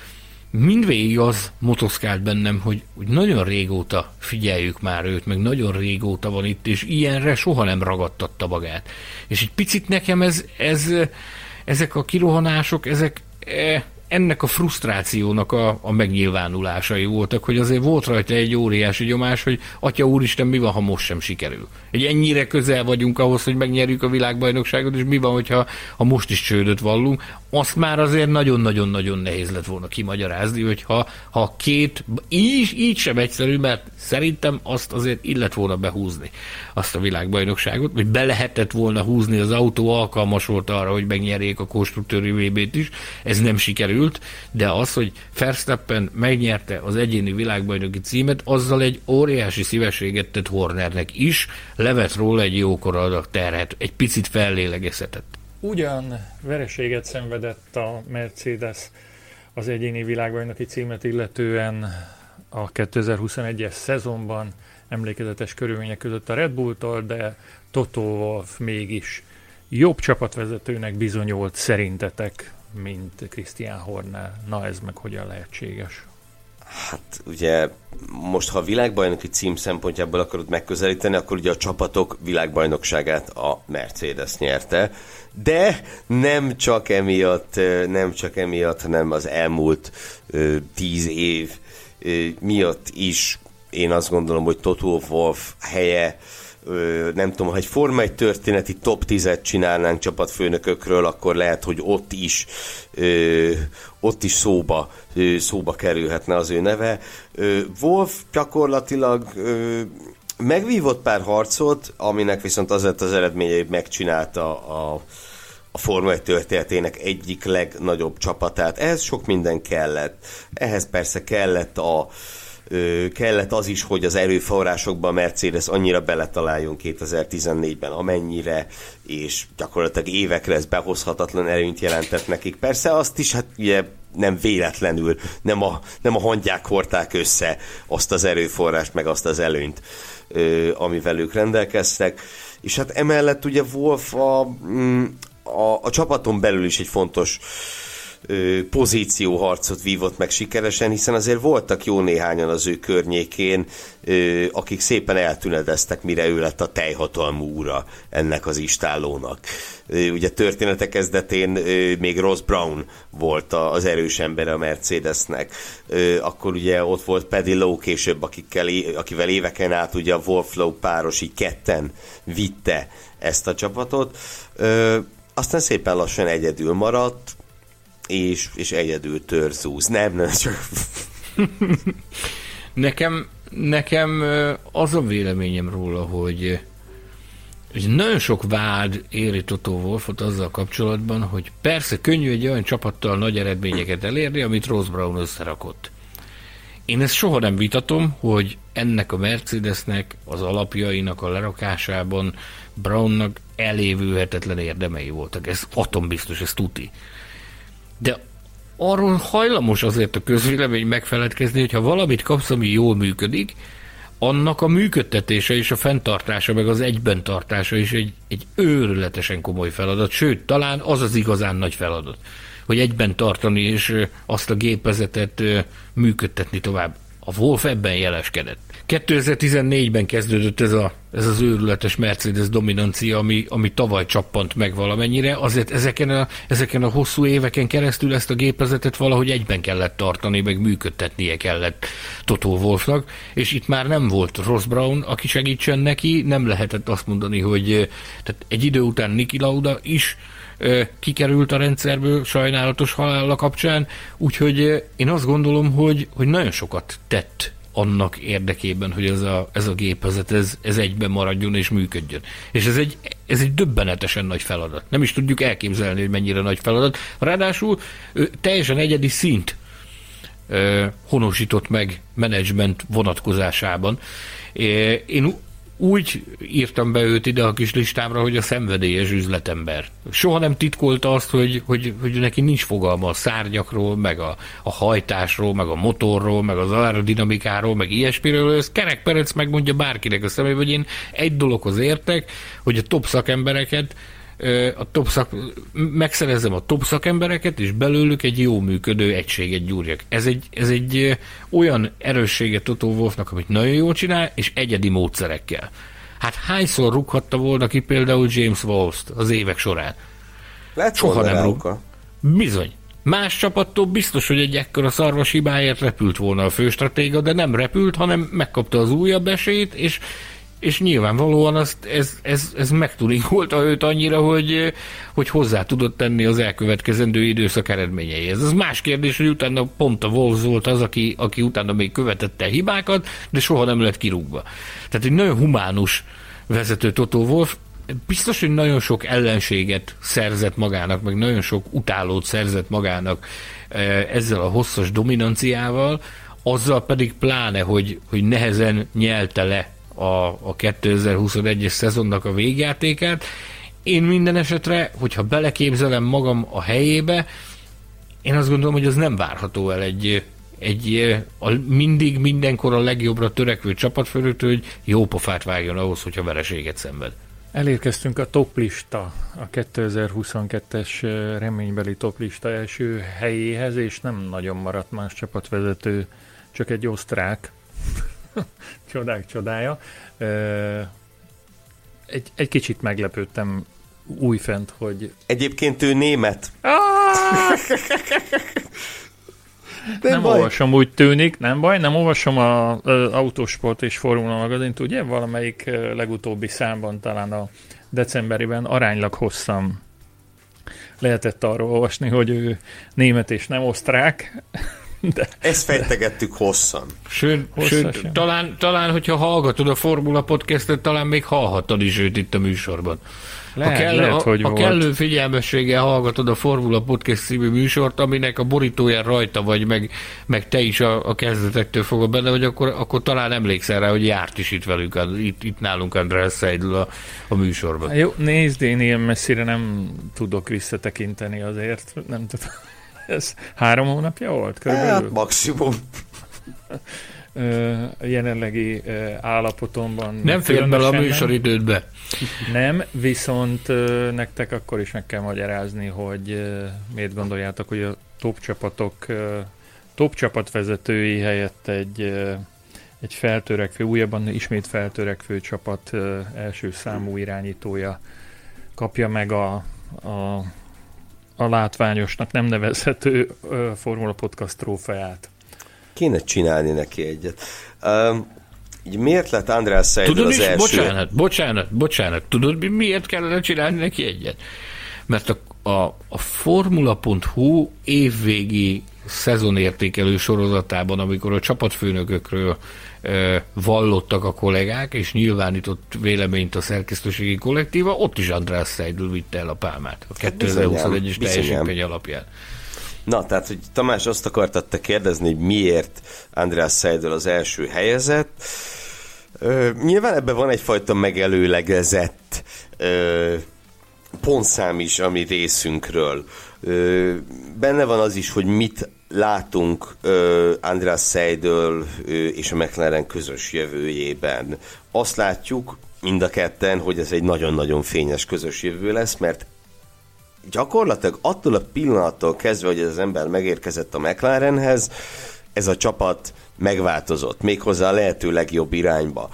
mindvégig az motoszkált bennem, hogy nagyon régóta figyeljük már őt, meg nagyon régóta van itt, és ilyenre soha nem ragadtatta magát. És egy picit nekem ezek a kirohanások, ennek a frusztrációnak a megnyilvánulásai voltak, hogy azért volt rajta egy óriási nyomás, hogy Atya Úristen, mi van, ha most sem sikerül? Egy ennyire közel vagyunk ahhoz, hogy megnyerjük a világbajnokságot, és mi van, hogyha most is csődöt vallunk? Azt már azért nagyon-nagyon-nagyon nehéz lett volna kimagyarázni, hogy ha két, így sem egyszerű, mert szerintem azt azért illet volna behúzni, azt a világbajnokságot, vagy be lehetett volna húzni, az autó alkalmas volt arra, hogy megnyerjék a konstruktőri VB-t is, ez nem sikerült, de az, hogy Verstappen megnyerte az egyéni világbajnoki címet, azzal egy óriási szívességet tett Hornernek is, levett róla egy jókora adag terhet, egy picit fellélegezhetett. Ugyan vereséget szenvedett a Mercedes az egyéni világbajnoki címet illetően a 2021-es szezonban emlékezetes körülmények között a Red Bulltól, de Toto Wolff mégis jobb csapatvezetőnek bizonyult szerintetek, mint Christian Horner. Na ez meg hogyan lehetséges? Hát ugye most, ha a világbajnoki cím szempontjából akarod megközelíteni, akkor ugye a csapatok világbajnokságát a Mercedes nyerte, de nem csak emiatt, hanem az elmúlt 10 év miatt is én azt gondolom, hogy Toto Wolff helye, nem tudom, ha egy Forma 1 történeti top 10-et csinálnánk csapatfőnökökről, akkor lehet, hogy ott is szóba kerülhetne az ő neve. Wolff gyakorlatilag megvívott pár harcot, aminek viszont az lett az eredménye, hogy megcsinálta a Forma 1 történetének egyik legnagyobb csapatát. Ehhez sok minden kellett. Ehhez persze kellett az is, hogy az erőforrásokban a Mercedes annyira beletaláljon 2014-ben, amennyire, és gyakorlatilag évekre ez behozhatatlan előnyt jelentett nekik. Persze azt is, hát ugye nem véletlenül, nem a hangyák hordták össze azt az erőforrást, meg azt az előnyt, amivel ők rendelkeztek. És hát emellett ugye Wolff a csapaton belül is egy fontos pozícióharcot vívott meg sikeresen, hiszen azért voltak jó néhányan az ő környékén, akik szépen eltünedeztek, mire ő lett a teljhatalmú ura ennek az istállónak. Ugye története kezdetén még Ross Brown volt az erős ember a Mercedesnek. Akkor ugye ott volt Paddy Lowe később, akivel éveken át ugye a Wolff-Lowe páros így ketten vitte ezt a csapatot. Aztán szépen lassan egyedül maradt, és egyedül törzúz. Nem csak... Nekem az a véleményem róla, hogy nagyon sok vád éri Toto Wolffot azzal kapcsolatban, hogy persze könnyű egy olyan csapattal nagy eredményeket elérni, amit Ross Brown összerakott. Én ezt soha nem vitatom, hogy ennek a Mercedesnek, az alapjainak a lerakásában Brownnak elévülhetetlen érdemei voltak. Ez atombiztos, ez tuti. De arról hajlamos azért a közvélemény megfeledkezni, hogy ha valamit kapsz, ami jól működik, annak a működtetése és a fenntartása, meg az egyben tartása is egy őrületesen komoly feladat, sőt, talán az az igazán nagy feladat, hogy egyben tartani és azt a gépezetet működtetni tovább. A Wolff ebben jeleskedett. 2014-ben kezdődött ez az őrületes Mercedes dominancia, ami tavaly csappant meg valamennyire. Azért ezeken a hosszú éveken keresztül ezt a gépezetet valahogy egyben kellett tartani, meg működtetnie kellett Toto Wolffnak, és itt már nem volt Ross Brown, aki segítsen neki, nem lehetett azt mondani, hogy tehát egy idő után Niki Lauda is kikerült a rendszerből sajnálatos halála kapcsán, úgyhogy én azt gondolom, hogy nagyon sokat tett annak érdekében, hogy ez a gépezet ez egyben maradjon és működjön. És ez egy döbbenetesen nagy feladat. Nem is tudjuk elképzelni, hogy mennyire nagy feladat. Ráadásul teljesen egyedi szint honosított meg menedzsment vonatkozásában. Én úgy írtam be őt ide a kis listámra, hogy a szenvedélyes üzletember. Soha nem titkolta azt, hogy neki nincs fogalma a szárnyakról, meg a hajtásról, meg a motorról, meg az aerodinamikáról, meg ilyesmiről. Ez kerekperec megmondja bárkinek a szemébe, hogy én egy dologhoz értek, hogy a top szakembereket megszerezzem a top szakembereket, és belőlük egy jó működő egységet gyúrjak. Ez egy olyan erőssége Toto Wolffnak, amit nagyon jól csinál, és egyedi módszerekkel. Hát hányszor rúghatta volna ki például James Walsh-t az évek során? Soha nem rúg. Bizony. Más csapattól biztos, hogy egy ekkora szarvas hibáért repült volna a főstratéga, de nem repült, hanem megkapta az újabb esélyt, és nyilvánvalóan ez megturingolta őt annyira, hogy hozzá tudott tenni az elkövetkezendő időszak eredményeihez. Ez más kérdés, hogy utána pont a Wolves volt az, aki utána még követette hibákat, de soha nem lett kirúgva. Tehát egy nagyon humánus vezető Toto Wolff, biztos, hogy nagyon sok ellenséget szerzett magának, meg nagyon sok utálót szerzett magának ezzel a hosszas dominanciával, azzal pedig pláne, hogy nehezen nyelte le a 2021-es szezonnak a végjátékát. Én minden esetre, hogyha beleképzelem magam a helyébe, én azt gondolom, hogy az nem várható el mindig mindenkor a legjobbra törekvő csapatfőnöktől, hogy jó pofát vágjon ahhoz, hogyha vereséget szenved. Elérkeztünk a toplista, a 2022-es reménybeli toplista első helyéhez, és nem nagyon maradt más csapatvezető, csak egy osztrák. Csodák csodája. Egy kicsit meglepődtem újfent, hogy... Egyébként ő német. Nem olvasom, úgy tűnik, nem baj, nem olvasom az Autosport és Formula magazint, ugye? Valamelyik legutóbbi számban, talán a decemberiben aránylag hosszan lehetett arról olvasni, hogy ő német és nem osztrák. De... Ezt fejtegettük hosszan. Sőt talán, hogyha hallgatod a Formula Podcastet, talán még hallhattad is őt itt a műsorban. Ha kellő figyelmességgel hallgatod a Formula Podcast című műsort, aminek a borítóján rajta vagy, meg te is a kezdetektől fogod benne, vagy akkor talán emlékszel rá, hogy járt is itt velünk, itt nálunk András Seidl a műsorban. Jó, nézd, én ilyen messzire nem tudok visszatekinteni azért, nem tudom. Ez 3 hónapja volt körülbelül? Hát, maximum. Jelenlegi állapotomban. Nem fér bele a műsoridődbe. Nem, viszont nektek akkor is meg kell magyarázni, hogy miért gondoljátok, hogy a top csapatvezetői helyett egy feltörekvő, újabban ismét feltörekvő csapat első számú irányítója kapja meg a látványosnak nem nevezhető Formula Podcast trófeát. Kéne csinálni neki egyet. Miért lett András Seidl az első? Bocsánat. Tudod, miért kellene csinálni neki egyet? Mert a Formula.hu évvégi szezonértékelő sorozatában, amikor a csapatfőnökökről vallottak a kollégák, és nyilvánított véleményt a szerkesztőségi kollektíva, ott is András Seidl vitte el a pálmát a 2021-es teljesítmény alapján. Na, tehát, hogy Tamás, azt akartad te kérdezni, hogy miért András Seidl az első helyezett. Nyilván ebben van egyfajta megelőlegezett pontszám is a mi részünkről. Benne van az is, hogy mit látunk András Seidl és a McLaren közös jövőjében. Azt látjuk mind a ketten, hogy ez egy nagyon-nagyon fényes közös jövő lesz, mert gyakorlatilag attól a pillanattól kezdve, hogy ez az ember megérkezett a McLarenhez, ez a csapat megváltozott, méghozzá a lehető legjobb irányba.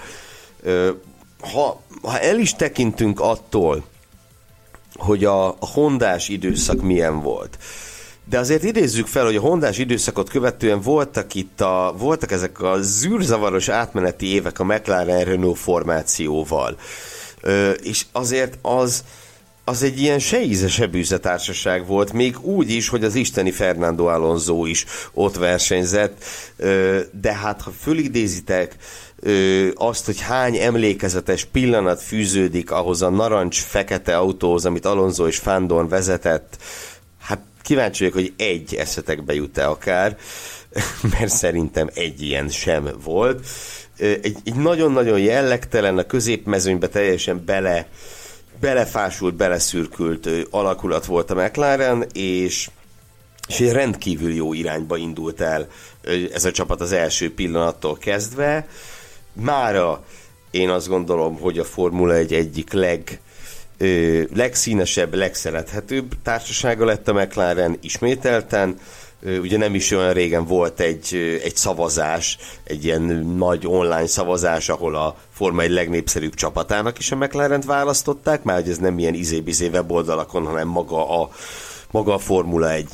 Ha el is tekintünk attól, hogy a hondás időszak milyen volt, de azért idézzük fel, hogy a hondás időszakot követően voltak ezek a zűrzavaros átmeneti évek a McLaren-Renault formációval. És azért az egy ilyen se íze, se bűze társaság volt, még úgy is, hogy az isteni Fernando Alonso is ott versenyzett, de hát ha fölidézitek azt, hogy hány emlékezetes pillanat fűződik ahhoz a narancs-fekete autóhoz, amit Alonso és Fandon vezetett, hát kíváncsi vagyok, hogy egy eszetekbe jut-e akár, mert szerintem egy ilyen sem volt. Egy nagyon-nagyon jellegtelen, a középmezőnybe teljesen belefásult, beleszürkült alakulat volt a McLaren, és egy rendkívül jó irányba indult el ez a csapat az első pillanattól kezdve. Mára én azt gondolom, hogy a Formula 1 egyik legszínesebb, legszerethetőbb társasága lett a McLaren ismételten. Ugye nem is olyan régen volt egy szavazás, egy ilyen nagy online szavazás, ahol a Forma 1 legnépszerűbb csapatának is a McLarent választották, már hogy ez nem ilyen izé-bizé weboldalakon, hanem maga a Formula 1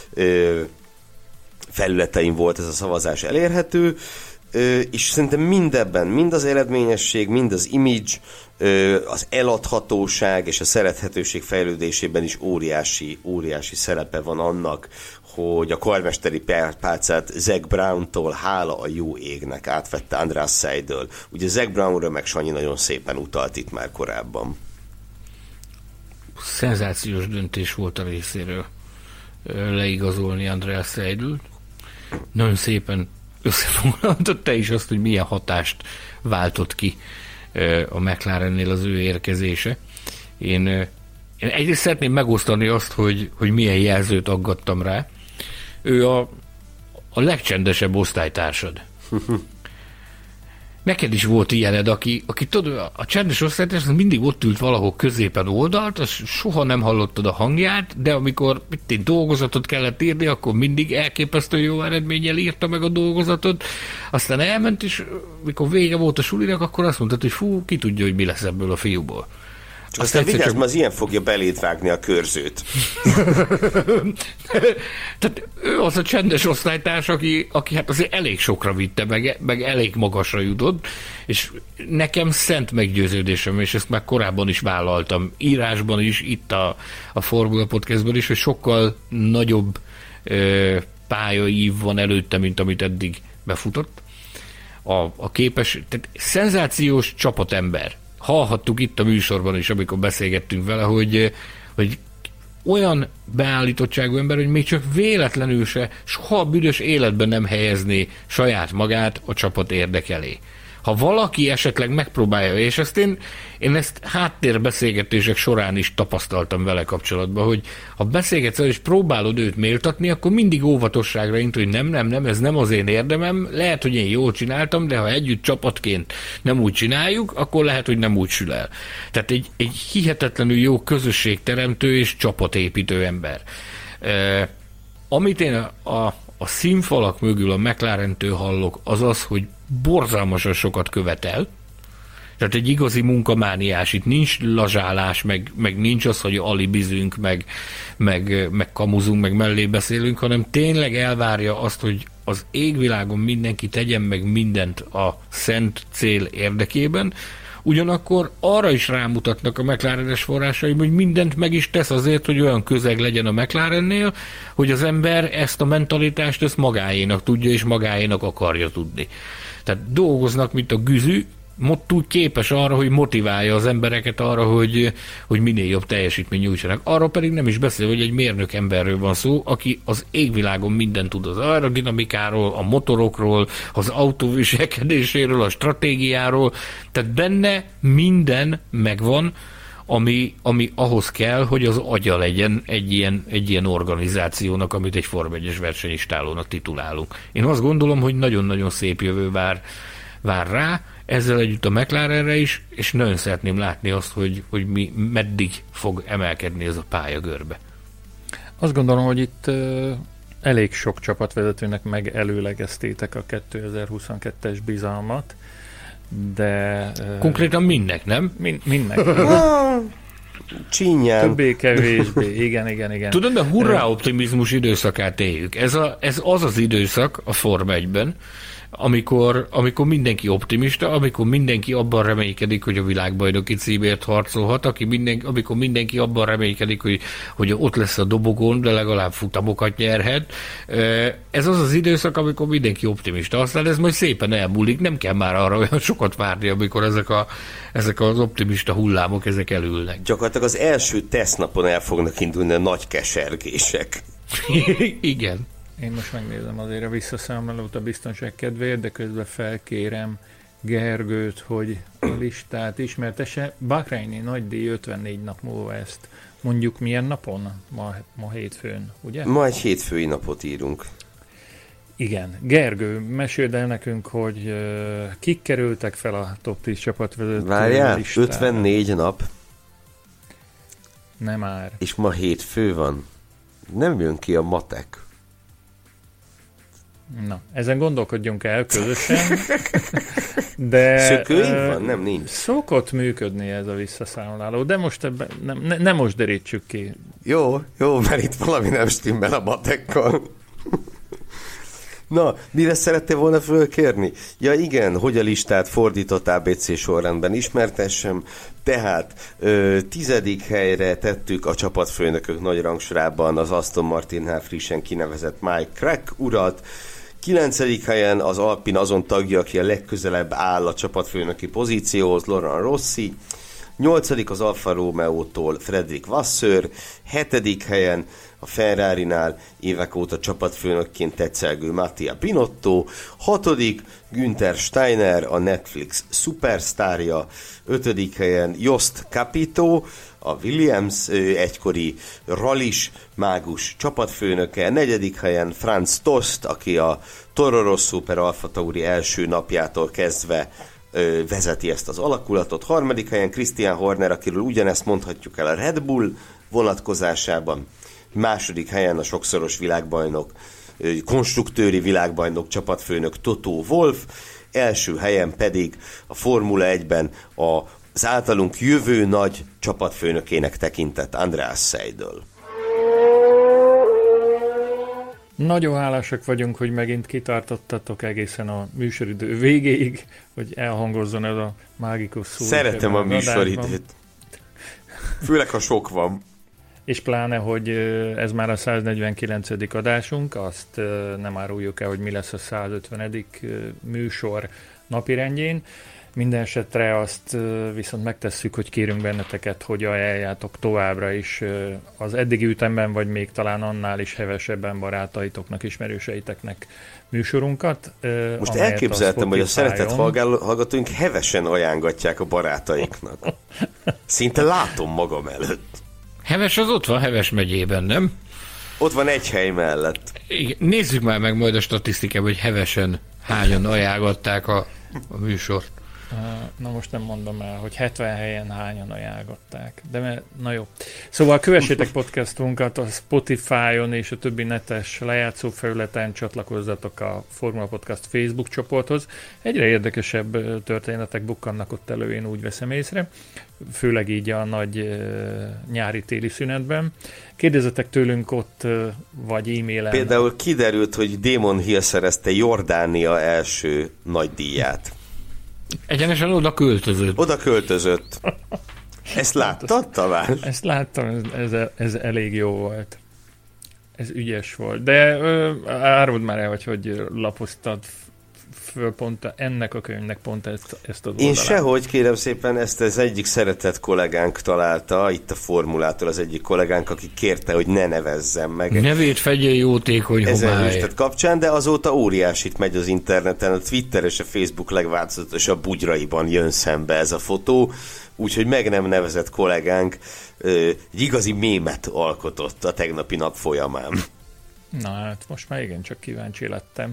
felületein volt ez a szavazás elérhető, és szerintem mindebben, mind az eredményesség, mind az image, az eladhatóság és a szerethetőség fejlődésében is óriási szerepe van annak, hogy a karmesteri pálcát Zac Brown-tól hála a jó égnek átvette Andreas Seidel. Ugye Zac Brownra meg Sanyi nagyon szépen utalt itt már korábban. Szenzációs döntés volt a részéről leigazolni Andreas Seidelt. Nagyon szépen összefoglaltad te is azt, hogy milyen hatást váltott ki a McLarennél az ő érkezése. Én egyrészt szeretném megosztani azt, hogy milyen jelzőt aggattam rá. Ő a legcsendesebb osztálytársad. Neked is volt ilyened, aki tudod, a csendes osztálytárs mindig ott ült valahol középen oldalt, az soha nem hallottad a hangját, de amikor dolgozatot kellett írni, akkor mindig elképesztő jó eredménnyel írta meg a dolgozatot, aztán elment, és mikor vége volt a sulinak, akkor azt mondtad, hogy fú, ki tudja, hogy mi lesz ebből a fiúból. Aztán vigyázz, mert az ilyen fogja beléd vágni a körzőt. Tehát ő az a csendes osztálytárs, aki hát azért elég sokra vitte, meg elég magasra jutott, és nekem szent meggyőződésem, és ezt már korábban is vállaltam, írásban is, itt a Formula Podcastban is, hogy sokkal nagyobb pályaív van előtte, mint amit eddig befutott. A képes, tehát szenzációs csapatember. Hallhattuk itt a műsorban is, amikor beszélgettünk vele, hogy olyan beállítottságú ember, hogy még csak véletlenül se soha a büdös életben nem helyezné saját magát a csapat érdekelé. Ha valaki esetleg megpróbálja, és ezt én ezt háttérbeszélgetések során is tapasztaltam vele kapcsolatban, hogy ha beszélgetsz és próbálod őt méltatni, akkor mindig óvatosságra int, hogy nem, ez nem az én érdemem, lehet, hogy én jól csináltam, de ha együtt csapatként nem úgy csináljuk, akkor lehet, hogy nem úgy sül el. Tehát egy hihetetlenül jó közösségteremtő és csapatépítő ember. Amit én a színfalak mögül a McLarentől hallok, az az, hogy borzalmasan sokat követel, tehát egy igazi munkamániás, itt nincs lazsálás, meg nincs az, hogy alibizünk, meg kamuzunk, meg mellé beszélünk, hanem tényleg elvárja azt, hogy az égvilágon mindenki tegyen meg mindent a szent cél érdekében, ugyanakkor arra is rámutatnak a McLaren-es forrásaim, hogy mindent meg is tesz azért, hogy olyan közeg legyen a McLarennél, hogy az ember ezt a mentalitást ezt magáénak tudja, és magáénak akarja tudni. Tehát dolgoznak, mint a güzű, túl képes arra, hogy motiválja az embereket arra, hogy minél jobb teljesítmény nyújtsanak. Arra pedig nem is beszél, hogy egy mérnök emberről van szó, aki az égvilágon mindent tud az aerodinamikáról, a motorokról, az autó viselkedéséről, a stratégiáról, tehát benne minden megvan, ami ahhoz kell, hogy az agya legyen egy ilyen organizációnak, amit egy Forma 1-es versenyistálónak titulálunk. Én azt gondolom, hogy nagyon-nagyon szép jövő vár rá, ezzel együtt a McLarenre is, és nagyon szeretném látni azt, hogy meddig fog emelkedni ez a pályagörbe. Azt gondolom, hogy itt elég sok csapatvezetőnek megelőlegeztétek a 2022-es bizalmat, de... Konkrétan mindnek, nem? Mindnek. Csínyán. Többé-kevésbé, igen. Tudod, a hurrá optimizmus időszakát éljük. Ez az időszak a Forma 1-ben, amikor mindenki optimista, amikor mindenki abban reménykedik, hogy a világbajnoki címért harcolhat, amikor mindenki abban reménykedik, hogy ott lesz a dobogón, de legalább futamokat nyerhet. Ez az időszak, amikor mindenki optimista. Aztán ez majd szépen elmúlik, nem kell már arra olyan sokat várni, amikor ezek az optimista hullámok ezek elülnek. Gyakorlatilag az első tesztnapon el fognak indulni a nagy kesergések. Igen. Én most megnézem azért a visszaszámlálót a biztonság kedvéért, de közben felkérem Gergőt, hogy a listát ismertesse. Bahreini nagydíj 54 nap múlva ezt. Mondjuk milyen napon? Ma hétfőn, ugye? Ma egy hétfői napot írunk. Igen. Gergő, meséld el nekünk, hogy kik kerültek fel a top 10 csapatvezető listára. Várjál, 54 nap. Nem már. És ma hétfő van. Nem jön ki a matek. Na, ezen gondolkodjunk el közösen. De Szökőig van? Nem, nincs. Szokott működni ez a visszaszámláló, de most ebben nem most derítsük ki. Jó, mert itt valami nem stimmel a matekkal. Na, mire szerettél volna fölkérni? Ja igen, hogy a listát fordított ABC sorrendben ismertessem. Tehát 10. helyre tettük a csapatfőnökök nagy rangsorában az Aston Martinnál frissen kinevezett Mike Crack urat. 9. helyen az Alpine azon tagja, aki a legközelebb áll a csapatfőnöki pozícióhoz, Laurent Rossi. 8. az Alfa Romeo-tól Frederick Vasseur. 7. helyen a Ferrarinál évek óta csapatfőnökként tetszelgő Mattia Binotto. 6. Günther Steiner, a Netflix szupersztárja. 5. helyen Jost Capito, a Williams egykori rallis mágus csapatfőnöke. 4. helyen Franz Tost, aki a Toro Rosso per Alfa Tauri első napjától kezdve vezeti ezt az alakulatot. 3. helyen Christian Horner, akiről ugyanezt mondhatjuk el a Red Bull vonatkozásában. 2. helyen a sokszoros világbajnok, konstruktőri világbajnok csapatfőnök Toto Wolff. 1. helyen pedig a Formula 1-ben az általunk jövő nagy csapatfőnökének tekintett Andreas Seidl. Nagyon hálásak vagyunk, hogy megint kitartottatok egészen a műsoridő végéig, hogy elhangozzon ez a mágikus szó. Szeretem a műsoridőt. Főleg, ha sok van. És pláne, hogy ez már a 149. adásunk, azt nem áruljuk el, hogy mi lesz a 150. műsor napirendjén. Minden esetre azt viszont megtesszük, hogy kérünk benneteket, hogy ajánljátok továbbra is az eddigi ütemben, vagy még talán annál is hevesebben barátaitoknak, ismerőseiteknek műsorunkat. Most elképzeltem, hogy a szeretett hallgatóink hevesen ajángatják a barátaiknak. Szinte látom magam előtt. Heves az ott van Heves megyében, nem? Ott van egy hely mellett. Igen, nézzük már meg majd a statisztikában, hogy hevesen hányan ajánlgatták a műsort. Na most nem mondom el, hogy 70 helyen hányan ajánlották. De na jó. Szóval kövessétek podcastunkat a Spotify-on és a többi netes lejátszó felületen, csatlakozzatok a Formula Podcast Facebook csoporthoz. Egyre érdekesebb történetek bukkannak ott elő, én úgy veszem észre. Főleg így a nagy nyári-téli szünetben. Kérdezzetek tőlünk ott, vagy e-mailen. Például kiderült, hogy Damon Hill szerezte Jordánia első nagy díját. Egyenesen oda költözött. Oda költözött. Ezt láttad, Tamás? Ezt láttam, ez elég jó volt. Ez ügyes volt. De áruld már el, hogy lapoztad föl pont ennek a könyvnek pont ezt az oldalát. Én sehogy, kérem szépen, ezt az egyik szeretett kollégánk találta, itt a Formulától az egyik kollégánk, aki kérte, hogy ne nevezzem meg. Nevét fedjél jótékony homály. Ezen kapcsán, de azóta óriásit megy az interneten, a Twitter és a Facebook legváltozatosabb bugyraiban jön szembe ez a fotó, úgyhogy meg nem nevezett kollégánk egy igazi mémet alkotott a tegnapi nap folyamán. Na hát, most már igencsak kíváncsi lettem.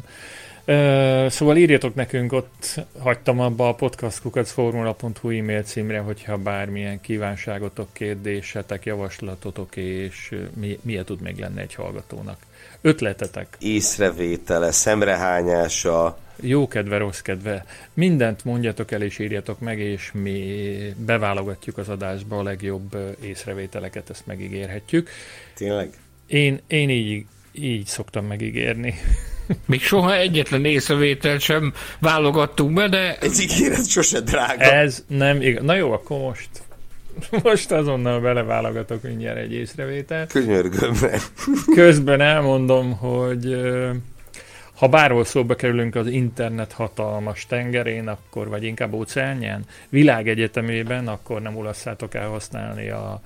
Szóval írjatok nekünk, ott hagytam abba a podcastkukacformula.hu e-mail címre, hogyha bármilyen kívánságotok, kérdésetek, javaslatotok, és milyen tud még lenni egy hallgatónak. Ötletetek. Észrevétele, szemrehányása. Jó kedve, rossz kedve. Mindent mondjatok el és írjatok meg, és mi beválogatjuk az adásba a legjobb észrevételeket, ezt megígérhetjük. Tényleg? Én így szoktam megígérni. Még soha egyetlen észrevételt sem válogattunk be, de... Ez ígéret sose drága. Ez nem igaz. Na jó, akkor most azonnal beleválogatok mindjárt egy észrevételt. Könyörgöm meg. Közben elmondom, hogy ha bárhol szóba kerülünk az internet hatalmas tengerén, akkor, vagy inkább óceánján, világegyetemében, akkor nem ulasszátok el használni a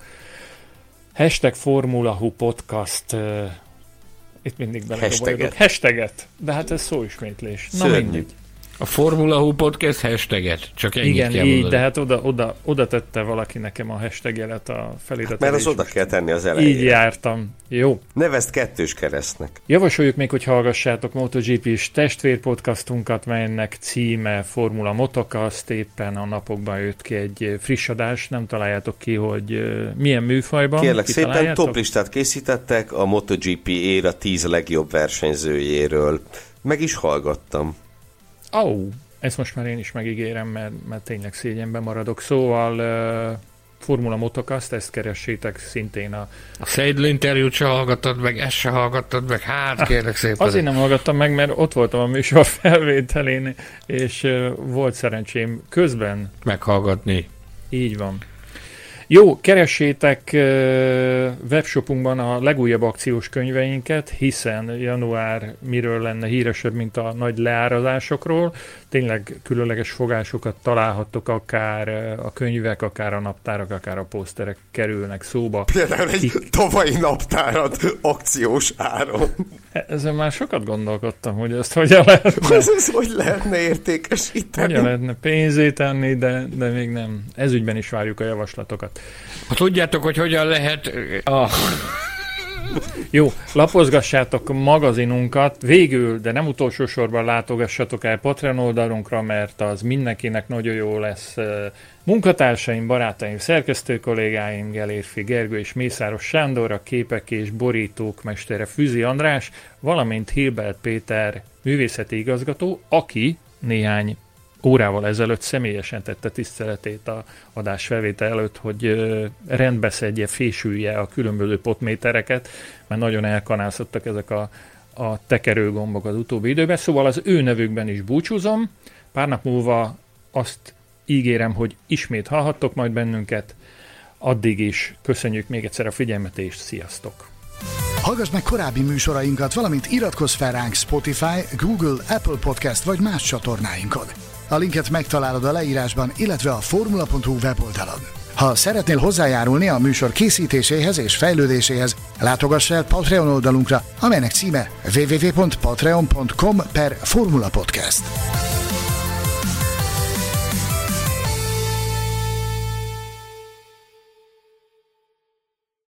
#FormulaHu podcast itt mindig belegabolodok. Hashtaget. De hát ez szóismétlés. Na mindegy. A Formula Hú Podcast hashtaget, csak ennyit igen, kell így, mondani. de hát oda tette valaki nekem a hashtag jelet a felirat. Mert az oda kell tenni az elejére. Így jártam. Jó. Nevezd 2 keresztnek. Javasoljuk még, hogy hallgassátok MotoGP-s testvérpodcastunkat, melynek címe Formula Motocast. Éppen a napokban jött ki egy friss adás, nem találjátok ki, hogy milyen műfajban. Kérlek szépen, toplistát készítettek a MotoGP éra 10 legjobb versenyzőjéről. Meg is hallgattam. Ezt most már én is megígérem, mert tényleg szégyenben maradok. Szóval Formula Motocast, ezt keressétek szintén a Seidl interjút se hallgattad meg, ezt se hallgattad meg, hát kérlek szépen. Azért nem hallgattam meg, mert ott voltam a műsor felvételén, és volt szerencsém közben meghallgatni. Így van. Jó, keressétek webshopunkban a legújabb akciós könyveinket, hiszen január miről lenne híresebb, mint a nagy leárazásokról. Tényleg különleges fogásokat találhattok, akár a könyvek, akár a naptárak, akár a poszterek kerülnek szóba. Például egy tavalyi naptárat akciós áron. Ezen már sokat gondolkodtam, hogy ezt hogyan lehetne. Ez hogy lehetne értékesíteni? Hogyan lehetne pénzé tenni, de még nem. Ezügyben is várjuk a javaslatokat. Ha tudjátok, hogy hogyan lehet... Jó, lapozgassátok magazinunkat, végül, de nem utolsó sorban látogassatok el Patreon oldalunkra, mert az mindenkinek nagyon jó lesz. Munkatársaim, barátaim, szerkesztő kollégáim, Gelérfi Gergő és Mészáros Sándor, a képek és borítók mestere Füzi András, valamint Hilbert Péter művészeti igazgató, aki néhány órával ezelőtt személyesen tette tiszteletét a adás felvétel előtt, hogy rendbeszedje, fésülje a különböző potmétereket, mert nagyon elkanászottak ezek a tekerőgombok az utóbbi időben. Szóval az ő nevükben is búcsúzom. Pár nap múlva azt ígérem, hogy ismét hallhattok majd bennünket. Addig is köszönjük még egyszer a figyelmet, és sziasztok! Hallgass meg korábbi műsorainkat, valamint iratkozz fel ránk Spotify, Google, Apple Podcast vagy más csatornáinkon. A linket megtalálod a leírásban, illetve a formula.hu weboldalon. Ha szeretnél hozzájárulni a műsor készítéséhez és fejlődéséhez, látogass el Patreon oldalunkra, amelynek címe www.patreon.com/formulapodcast.